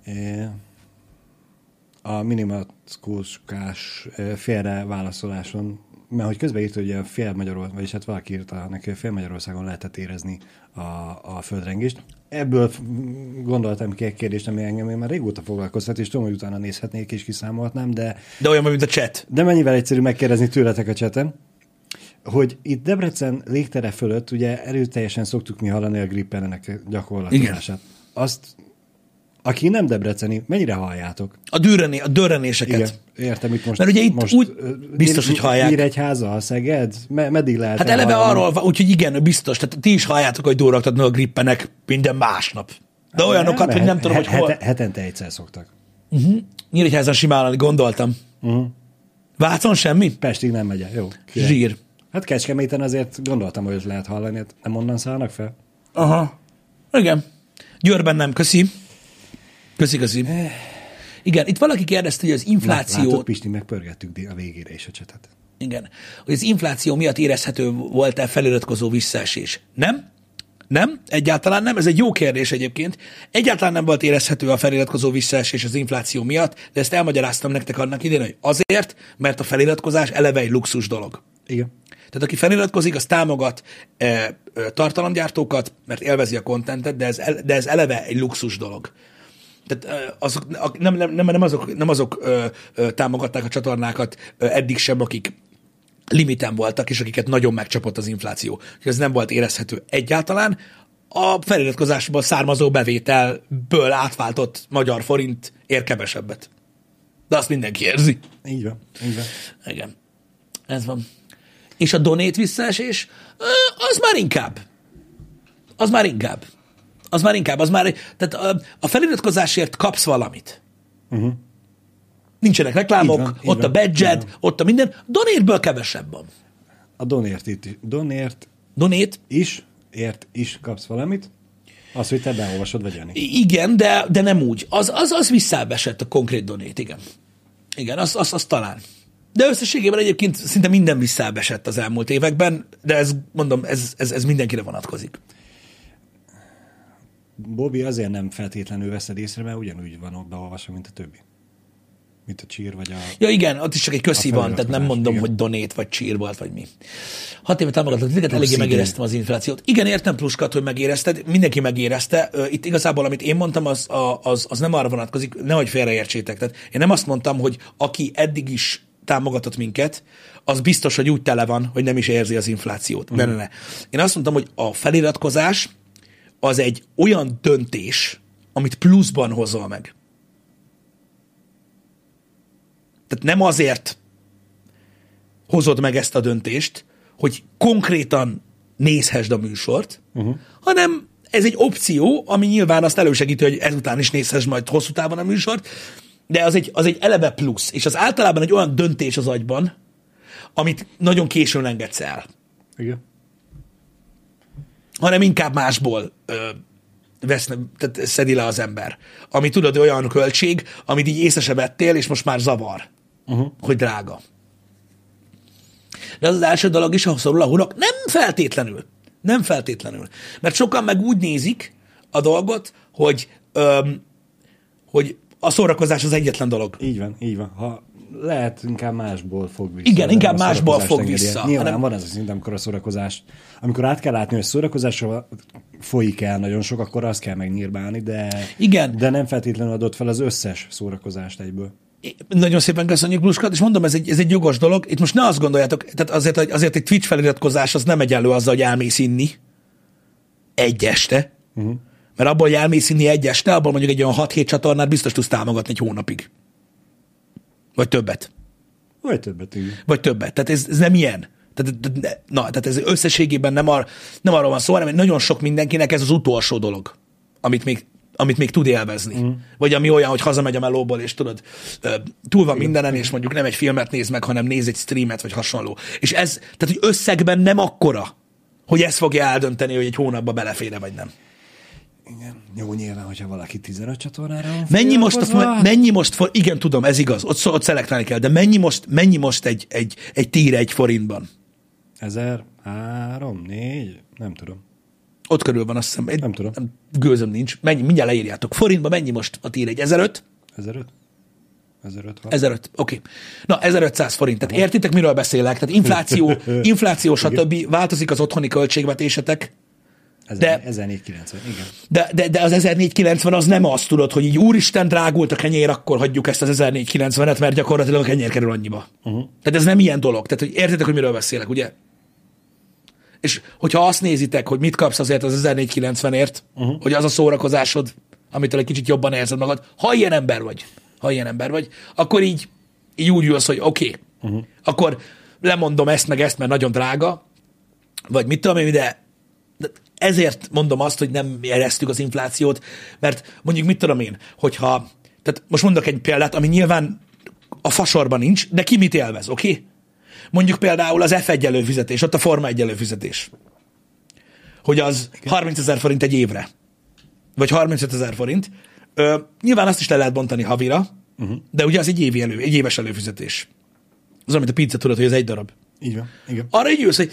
A minimatkuskás félre válaszoláson, mert hogy közben írt, hogy a fél Magyarországon, vagyis hát valaki írta neki, hogy fél Magyarországon lehetett érezni a, a földrengést. Ebből gondoltam ki egy kérdést, ami engem már régóta foglalkoztat, és tudom, hogy utána nézhetnék és kiszámolhatnám, de... De olyan, mint a chat. De mennyivel egyszerű megkérdezni tőletek a chaten, hogy itt Debrecen légtere fölött ugye erőteljesen szoktuk mi hallani a grippenenek gyakorlatozását. Azt, aki nem debreceni, mennyire halljátok? A, dürrené, a dörrenéseket. Igen, értem, itt most... Mert ugye itt most, úgy biztos, hogy hallják. Nyíregyháza, Szeged? Meddig lehet Hát eleve arról van, úgyhogy igen, biztos. Tehát ti is halljátok, hogy durragtatnak a grippenek minden másnap. De olyanokat, hogy nem tudom, hogy hol... Hetente egyszer szoktak. Uh-huh. Nyíregyházan simán gondoltam. Uh-huh. Vácon semmi? Pestig nem megy el. Jó. Király. Zsír. Hát Kecskeméten azért gondoltam, hogy lehet hallani, hát nem onnan szállnak fel. Aha. Igen. Győrben nem, köszi. Köszi, köszi. Igen, itt valaki kérdezte, hogy az infláció... Látod, Pisti, megpörgettük a végére is a csetet. Igen. Hogy az infláció miatt érezhető volt-e feliratkozó visszaesés? Nem? Nem, egyáltalán nem. Ez egy jó kérdés egyébként. Egyáltalán nem volt érezhető a feliratkozó visszaesés az infláció miatt, de ezt elmagyaráztam nektek annak idején, hogy azért, mert a feliratkozás eleve egy luxus dolog. Igen. Tehát aki feliratkozik, az támogat e, e, tartalomgyártókat, mert élvezi a kontentet, de ez, de ez eleve egy luxus dolog. Tehát azok, nem, nem, nem, nem azok, nem azok ö, ö, támogatták a csatornákat ö, eddig sem, akik limiten voltak, és akiket nagyon megcsapott az infláció. Ez nem volt érezhető egyáltalán. A feliratkozásból származó bevételből átváltott magyar forint ér kevesebbet. De azt mindenki érzi. Így van. Így van. Igen. Ez van. És a donate visszaesés, az már inkább. Az már inkább. Az már inkább, az már, tehát a, a feliratkozásért kapsz valamit. Uh-huh. Nincsenek reklámok, van, ott van, a badge-ed, ott a minden. Donate-ből kevesebb van. A donért itt. Donért Donate? is, ért is kapsz valamit. Az, hogy te beolvasod, vagy Jani. Igen, de, de nem úgy. Az, az, az visszábesett a konkrét donate, igen. Igen, az, az, az talán. De összességében egyébként szinte minden visszábesett az elmúlt években, de ez, mondom, ez, ez, ez mindenkire vonatkozik. Bobby, azért nem feltétlenül veszed észre, mert ugyanúgy van ott beolvasva, mint a többi. Mint a csír, vagy a... Ja igen, ott is csak egy köszi van, tehát nem mondom, igen, hogy donate, vagy csír volt, vagy mi. Hat éve támogatlak titeket, eléggé megéreztem az inflációt. Igen, értem, Pluskat, hogy megérezted, mindenki megérezte. Itt igazából, amit én mondtam, az, az, az nem arra vonatkozik, nehogy félreértsétek. Tehát én nem azt mondtam, hogy aki eddig is támogatott minket, az biztos, hogy úgy tele van, hogy nem is érzi az inflációt. Mm. Ne, ne, ne. Én azt mondtam, hogy a feliratkozás az egy olyan döntés, amit pluszban hozol meg. Tehát nem azért hozod meg ezt a döntést, hogy konkrétan nézhessd a műsort, uh-huh. hanem ez egy opció, ami nyilván azt elősegíti, hogy ezután is nézhess majd hosszú távon a műsort, de az egy, az egy eleve plusz, és az általában egy olyan döntés az agyban, amit nagyon későn engedsz el. Igen. Hanem inkább másból ö, veszne, tehát szedi le az ember. Ami tudod, olyan költség, amit így észre se vettél, és most már zavar, uh-huh. hogy drága. De az az első dolog is, ahol szorul a hunak, nem feltétlenül. Nem feltétlenül. Mert sokan meg úgy nézik a dolgot, hogy, öm, hogy a szórakozás az egyetlen dolog. Így van, így van. Ha lehet, inkább másból fog vissza. Igen, inkább másból fog engedél. Vissza. Nyilván hanem... van ez a szint, amikor a szórakozás, amikor át kell látni, hogy szórakozásra folyik el nagyon sok, akkor azt kell megnyírbálni, de, igen. de nem feltétlenül adott fel az összes szórakozást egyből. Nagyon szépen köszönjük, Pluskat, és mondom, ez egy, ez egy jogos dolog. Itt most ne azt gondoljátok, tehát azért, azért egy Twitch feliratkozás az nem egyenlő azzal, hogy elmész inni egy este. Uh-huh. Mert abból, hogy elmész inni egy este, abból mondjuk egy olyan hat-hét csatornát biztos tudsz támogatni egy hónapig. Vagy többet. Vagy többet, igen. Vagy többet. Tehát ez, ez nem ilyen. Tehát, na, tehát ez összességében nem, ar, nem arról van szó, hanem nagyon sok mindenkinek ez az utolsó dolog, amit még, amit még tud élvezni. Mm. Vagy ami olyan, hogy hazamegy a melóból, és tudod, túl van mindenen, és mondjuk nem egy filmet néz meg, hanem néz egy streamet, vagy hasonló. És ez, tehát hogy összegben nem akkora, hogy ez fogja eldönteni, hogy egy hónapba belefér, vagy nem. Igen. Jó, nyilván, hogyha valaki tizenöt csatornára van mennyi most, a, mennyi most, for, igen, tudom, ez igaz, ott, ott szelektálni kell, de mennyi most, mennyi most egy, egy, egy tír egy forintban? ezer, három, négy, nem tudom. Ott körül van, azt hiszem. Egy, Nem tudom. Nem, gőzöm nincs. Mennyi, mindjárt leírjátok. Forintban mennyi most a tír egy? ezeröt? ezeröt? ezeröt? ezeröt, oké. Okay. Na, ezerötszáz forint. Tehát Aha. értitek, miről beszélek? Tehát infláció, infláció, stb. Változik az otthoni költségvetésetek. De, ezernégyszázkilencven, igen. De, de, de az ezernégyszázkilencven az nem azt tudod, hogy így úristen drágult a kenyér, akkor hagyjuk ezt az ezernégyszázkilencvenet, mert gyakorlatilag a kenyér kerül annyiba. Uh-huh. Tehát ez nem ilyen dolog. Tehát, hogy értitek, hogy miről beszélek, ugye? És hogyha azt nézitek, hogy mit kapsz azért az ezernégyszázkilencvenért, uh-huh. hogy az a szórakozásod, amitől egy kicsit jobban érzed magad, ha ilyen ember vagy, ha ilyen ember vagy, akkor így, így úgy ülsz, hogy oké, okay, uh-huh. akkor lemondom ezt meg ezt, mert nagyon drága, vagy mit tudom én, de ezért mondom azt, hogy nem éreztük az inflációt, mert mondjuk mit tudom én, hogyha, tehát most mondok egy példát, ami nyilván a fasorban nincs, de ki mit élvez, oké? Okay? Mondjuk például az ef egy előfizetés, ott a Forma egy előfizetés. Hogy az harmincezer forint egy évre. Vagy harmincötezer forint. Ö, nyilván azt is le lehet bontani havira, uh-huh. de ugye az egy, évi elő, egy éves előfizetés. Az, amit a pizza tudod, hogy ez egy darab. Így van, igen. Arra így ülsz, hogy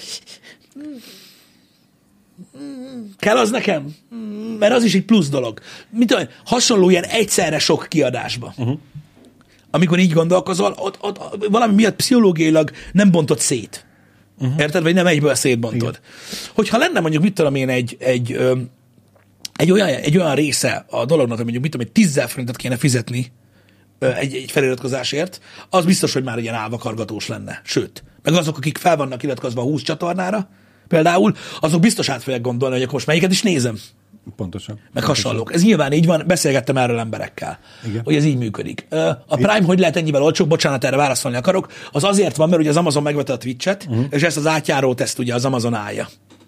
kell az nekem? Mert az is egy plusz dolog. Mit tudom, hasonló ilyen egyszerre sok kiadásba. Uh-huh. Amikor így gondolkozol, ott, ott valami miatt pszichológiailag nem bontod szét. Uh-huh. Érted? Vagy nem egyből szétbontod. Igen. Hogyha lenne mondjuk, mit tudom én, egy, egy, ö, egy, olyan, egy olyan része a dolognak, hogy mondjuk, mit tudom, egy tízezer forintot kéne fizetni ö, egy, egy feliratkozásért, az biztos, hogy már ilyen állvakargatós lenne. Sőt, meg azok, akik fel vannak iratkozva a húsz csatornára, például, azok biztos át fogják gondolni, hogy akkor most melyiket is nézem. Pontosan. Meg Pontosan. hasonlók. Ez nyilván így van, beszélgettem erről emberekkel, igen. hogy ez így működik. A Prime Itt... hogy lehet ennyivel olcsóbb? Bocsánat, erre válaszolni akarok. Az azért van, mert ugye az Amazon megvette a Twitch-et, uh-huh. és ezt az átjárót ezt ugye az Amazon állja.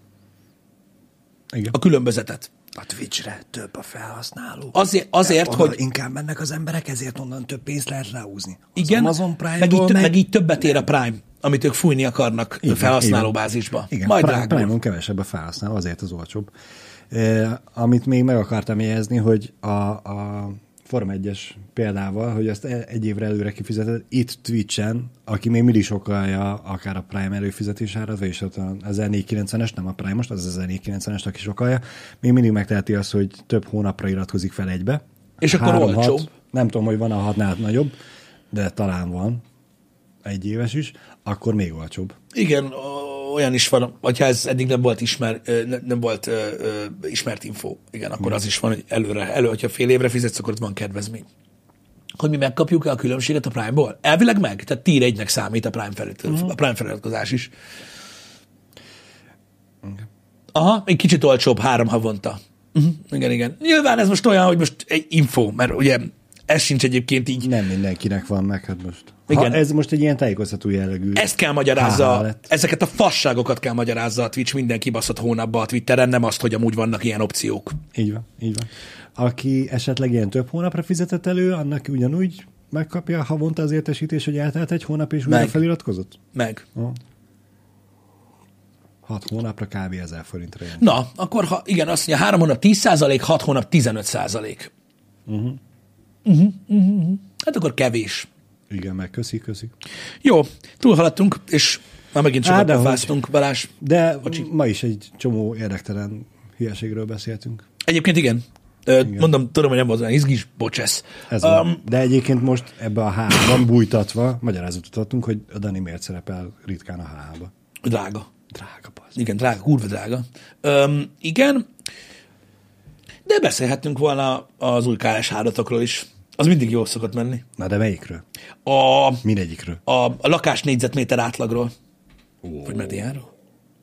Igen. A különbözetet. A Twitch-re több a felhasználó. Azért, azért hogy... Inkább mennek az emberek, ezért onnan több pénzt lehet ráhúzni. Az igen, Amazon Prime-ból meg, így, meg... meg így többet ér a Prime, amit ők fújni akarnak igen, felhasználóbázisba. Igen, Majd Prime, drágul. Prime-on kevesebb a felhasználó, azért az olcsóbb. Eh, amit még meg akartam jegyezni, hogy a, a Forma egyes példával, hogy azt egy évre előre kifizeted, itt Twitch-en, aki még mindig sokalja akár a Prime előfizetésára, vagyis az ezernégyszázkilencvenes, nem a Prime most, az ezernégyszázkilencvenes, aki sokalja, még mindig megteheti azt, hogy több hónapra iratkozik fel egybe. És akkor Három, olcsóbb. hat, nem tudom, hogy van a hatnál nagyobb, de talán van egy éves is, akkor még olcsóbb. Igen, olyan is van, hogyha ez eddig nem volt, ismer, nem volt ö, ö, ismert info, igen, akkor igen. az is van, hogy előre, elő, hogyha fél évre fizetsz, akkor ott van kedvezmény. Hogy mi megkapjuk a különbséget a Prime-ból? Elvileg meg, tehát tír egynek számít a Prime, felirat, uh-huh. a Prime feliratkozás is. Okay. Aha, egy kicsit olcsóbb, három havonta. Uh-huh. Igen, igen. Nyilván ez most olyan, hogy most egy info, mert ugye ez sincs egyébként így. Nem mindenkinek van meg, hát most. Igen. Ha ez most egy ilyen tájékoztató jellegű. Ezt kell magyarázza, ezeket a fasságokat kell magyarázza a Twitch minden kibaszott hónapban a Twitteren, nem azt, hogy amúgy vannak ilyen opciók. Így van, így van. Aki esetleg ilyen több hónapra fizetett elő, annak ugyanúgy megkapja havonta az értesítés, hogy eltelt egy hónap és újra feliratkozott? Meg. Oh. Hat hónapra kb. ezer forintra jön. Na, akkor ha, igen, azt mondja, három hónap tíz százalék, hat hónap tizenöt százalék. Uh-huh. Uh-huh, uh-huh. Hát akkor kevés. Igen, meg köszi, köszi. Jó, túlhaladtunk, és már megint sokat befáztunk, Balázs. De Bocsi. Ma is egy csomó érdektelen hülyeségről beszéltünk. Egyébként igen. igen. Mondom, tudom, hogy nem volt olyan izgis, bocsesz. Ez um, de egyébként most ebbe a há-ban bújtatva magyarázatot adtunk, hogy a Dani miért szerepel ritkán a há-ba. Drága. Drága, bazd. Igen, drága, kurva drága. Um, igen, de beszélhettünk volna az új ká es áratokról is. Az mindig jól szokott menni. Na, de melyikről? A, Mindegyikről. A, a lakás négyzetméter átlagról. Oh. Vagy mediánról.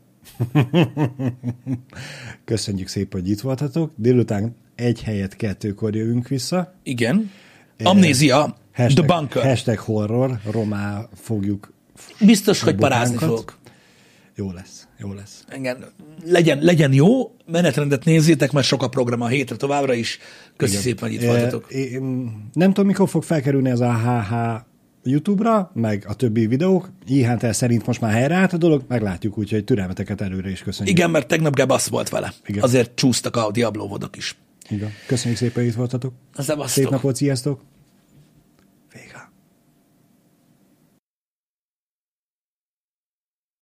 Köszönjük szépen, hogy itt voltatok. Délután egy helyet kettőkor jövünk vissza. Igen. Amnézia, hashtag, The Bunker. Hashtag horror, romá fogjuk. Biztos, hogy parázni fogok. Jó lesz, jó lesz. Igen. Legyen, legyen jó, menetrendet nézzétek, mert sok a program a hétre továbbra is. Köszi szépen, hogy itt voltatok. Én nem tudom, mikor fog felkerülni ez a há há YouTube-ra, meg a többi videók. Ihántel szerint most már helyreállt a dolog, meglátjuk, úgyhogy türelmeteket előre is köszönjük. Igen, mert tegnap gebasz volt vele. Igen. Azért csúsztak a Diablo vodok is. Igen. Köszönjük szépen, hogy itt voltatok. Szevasztok. Szép napot, sziasztok!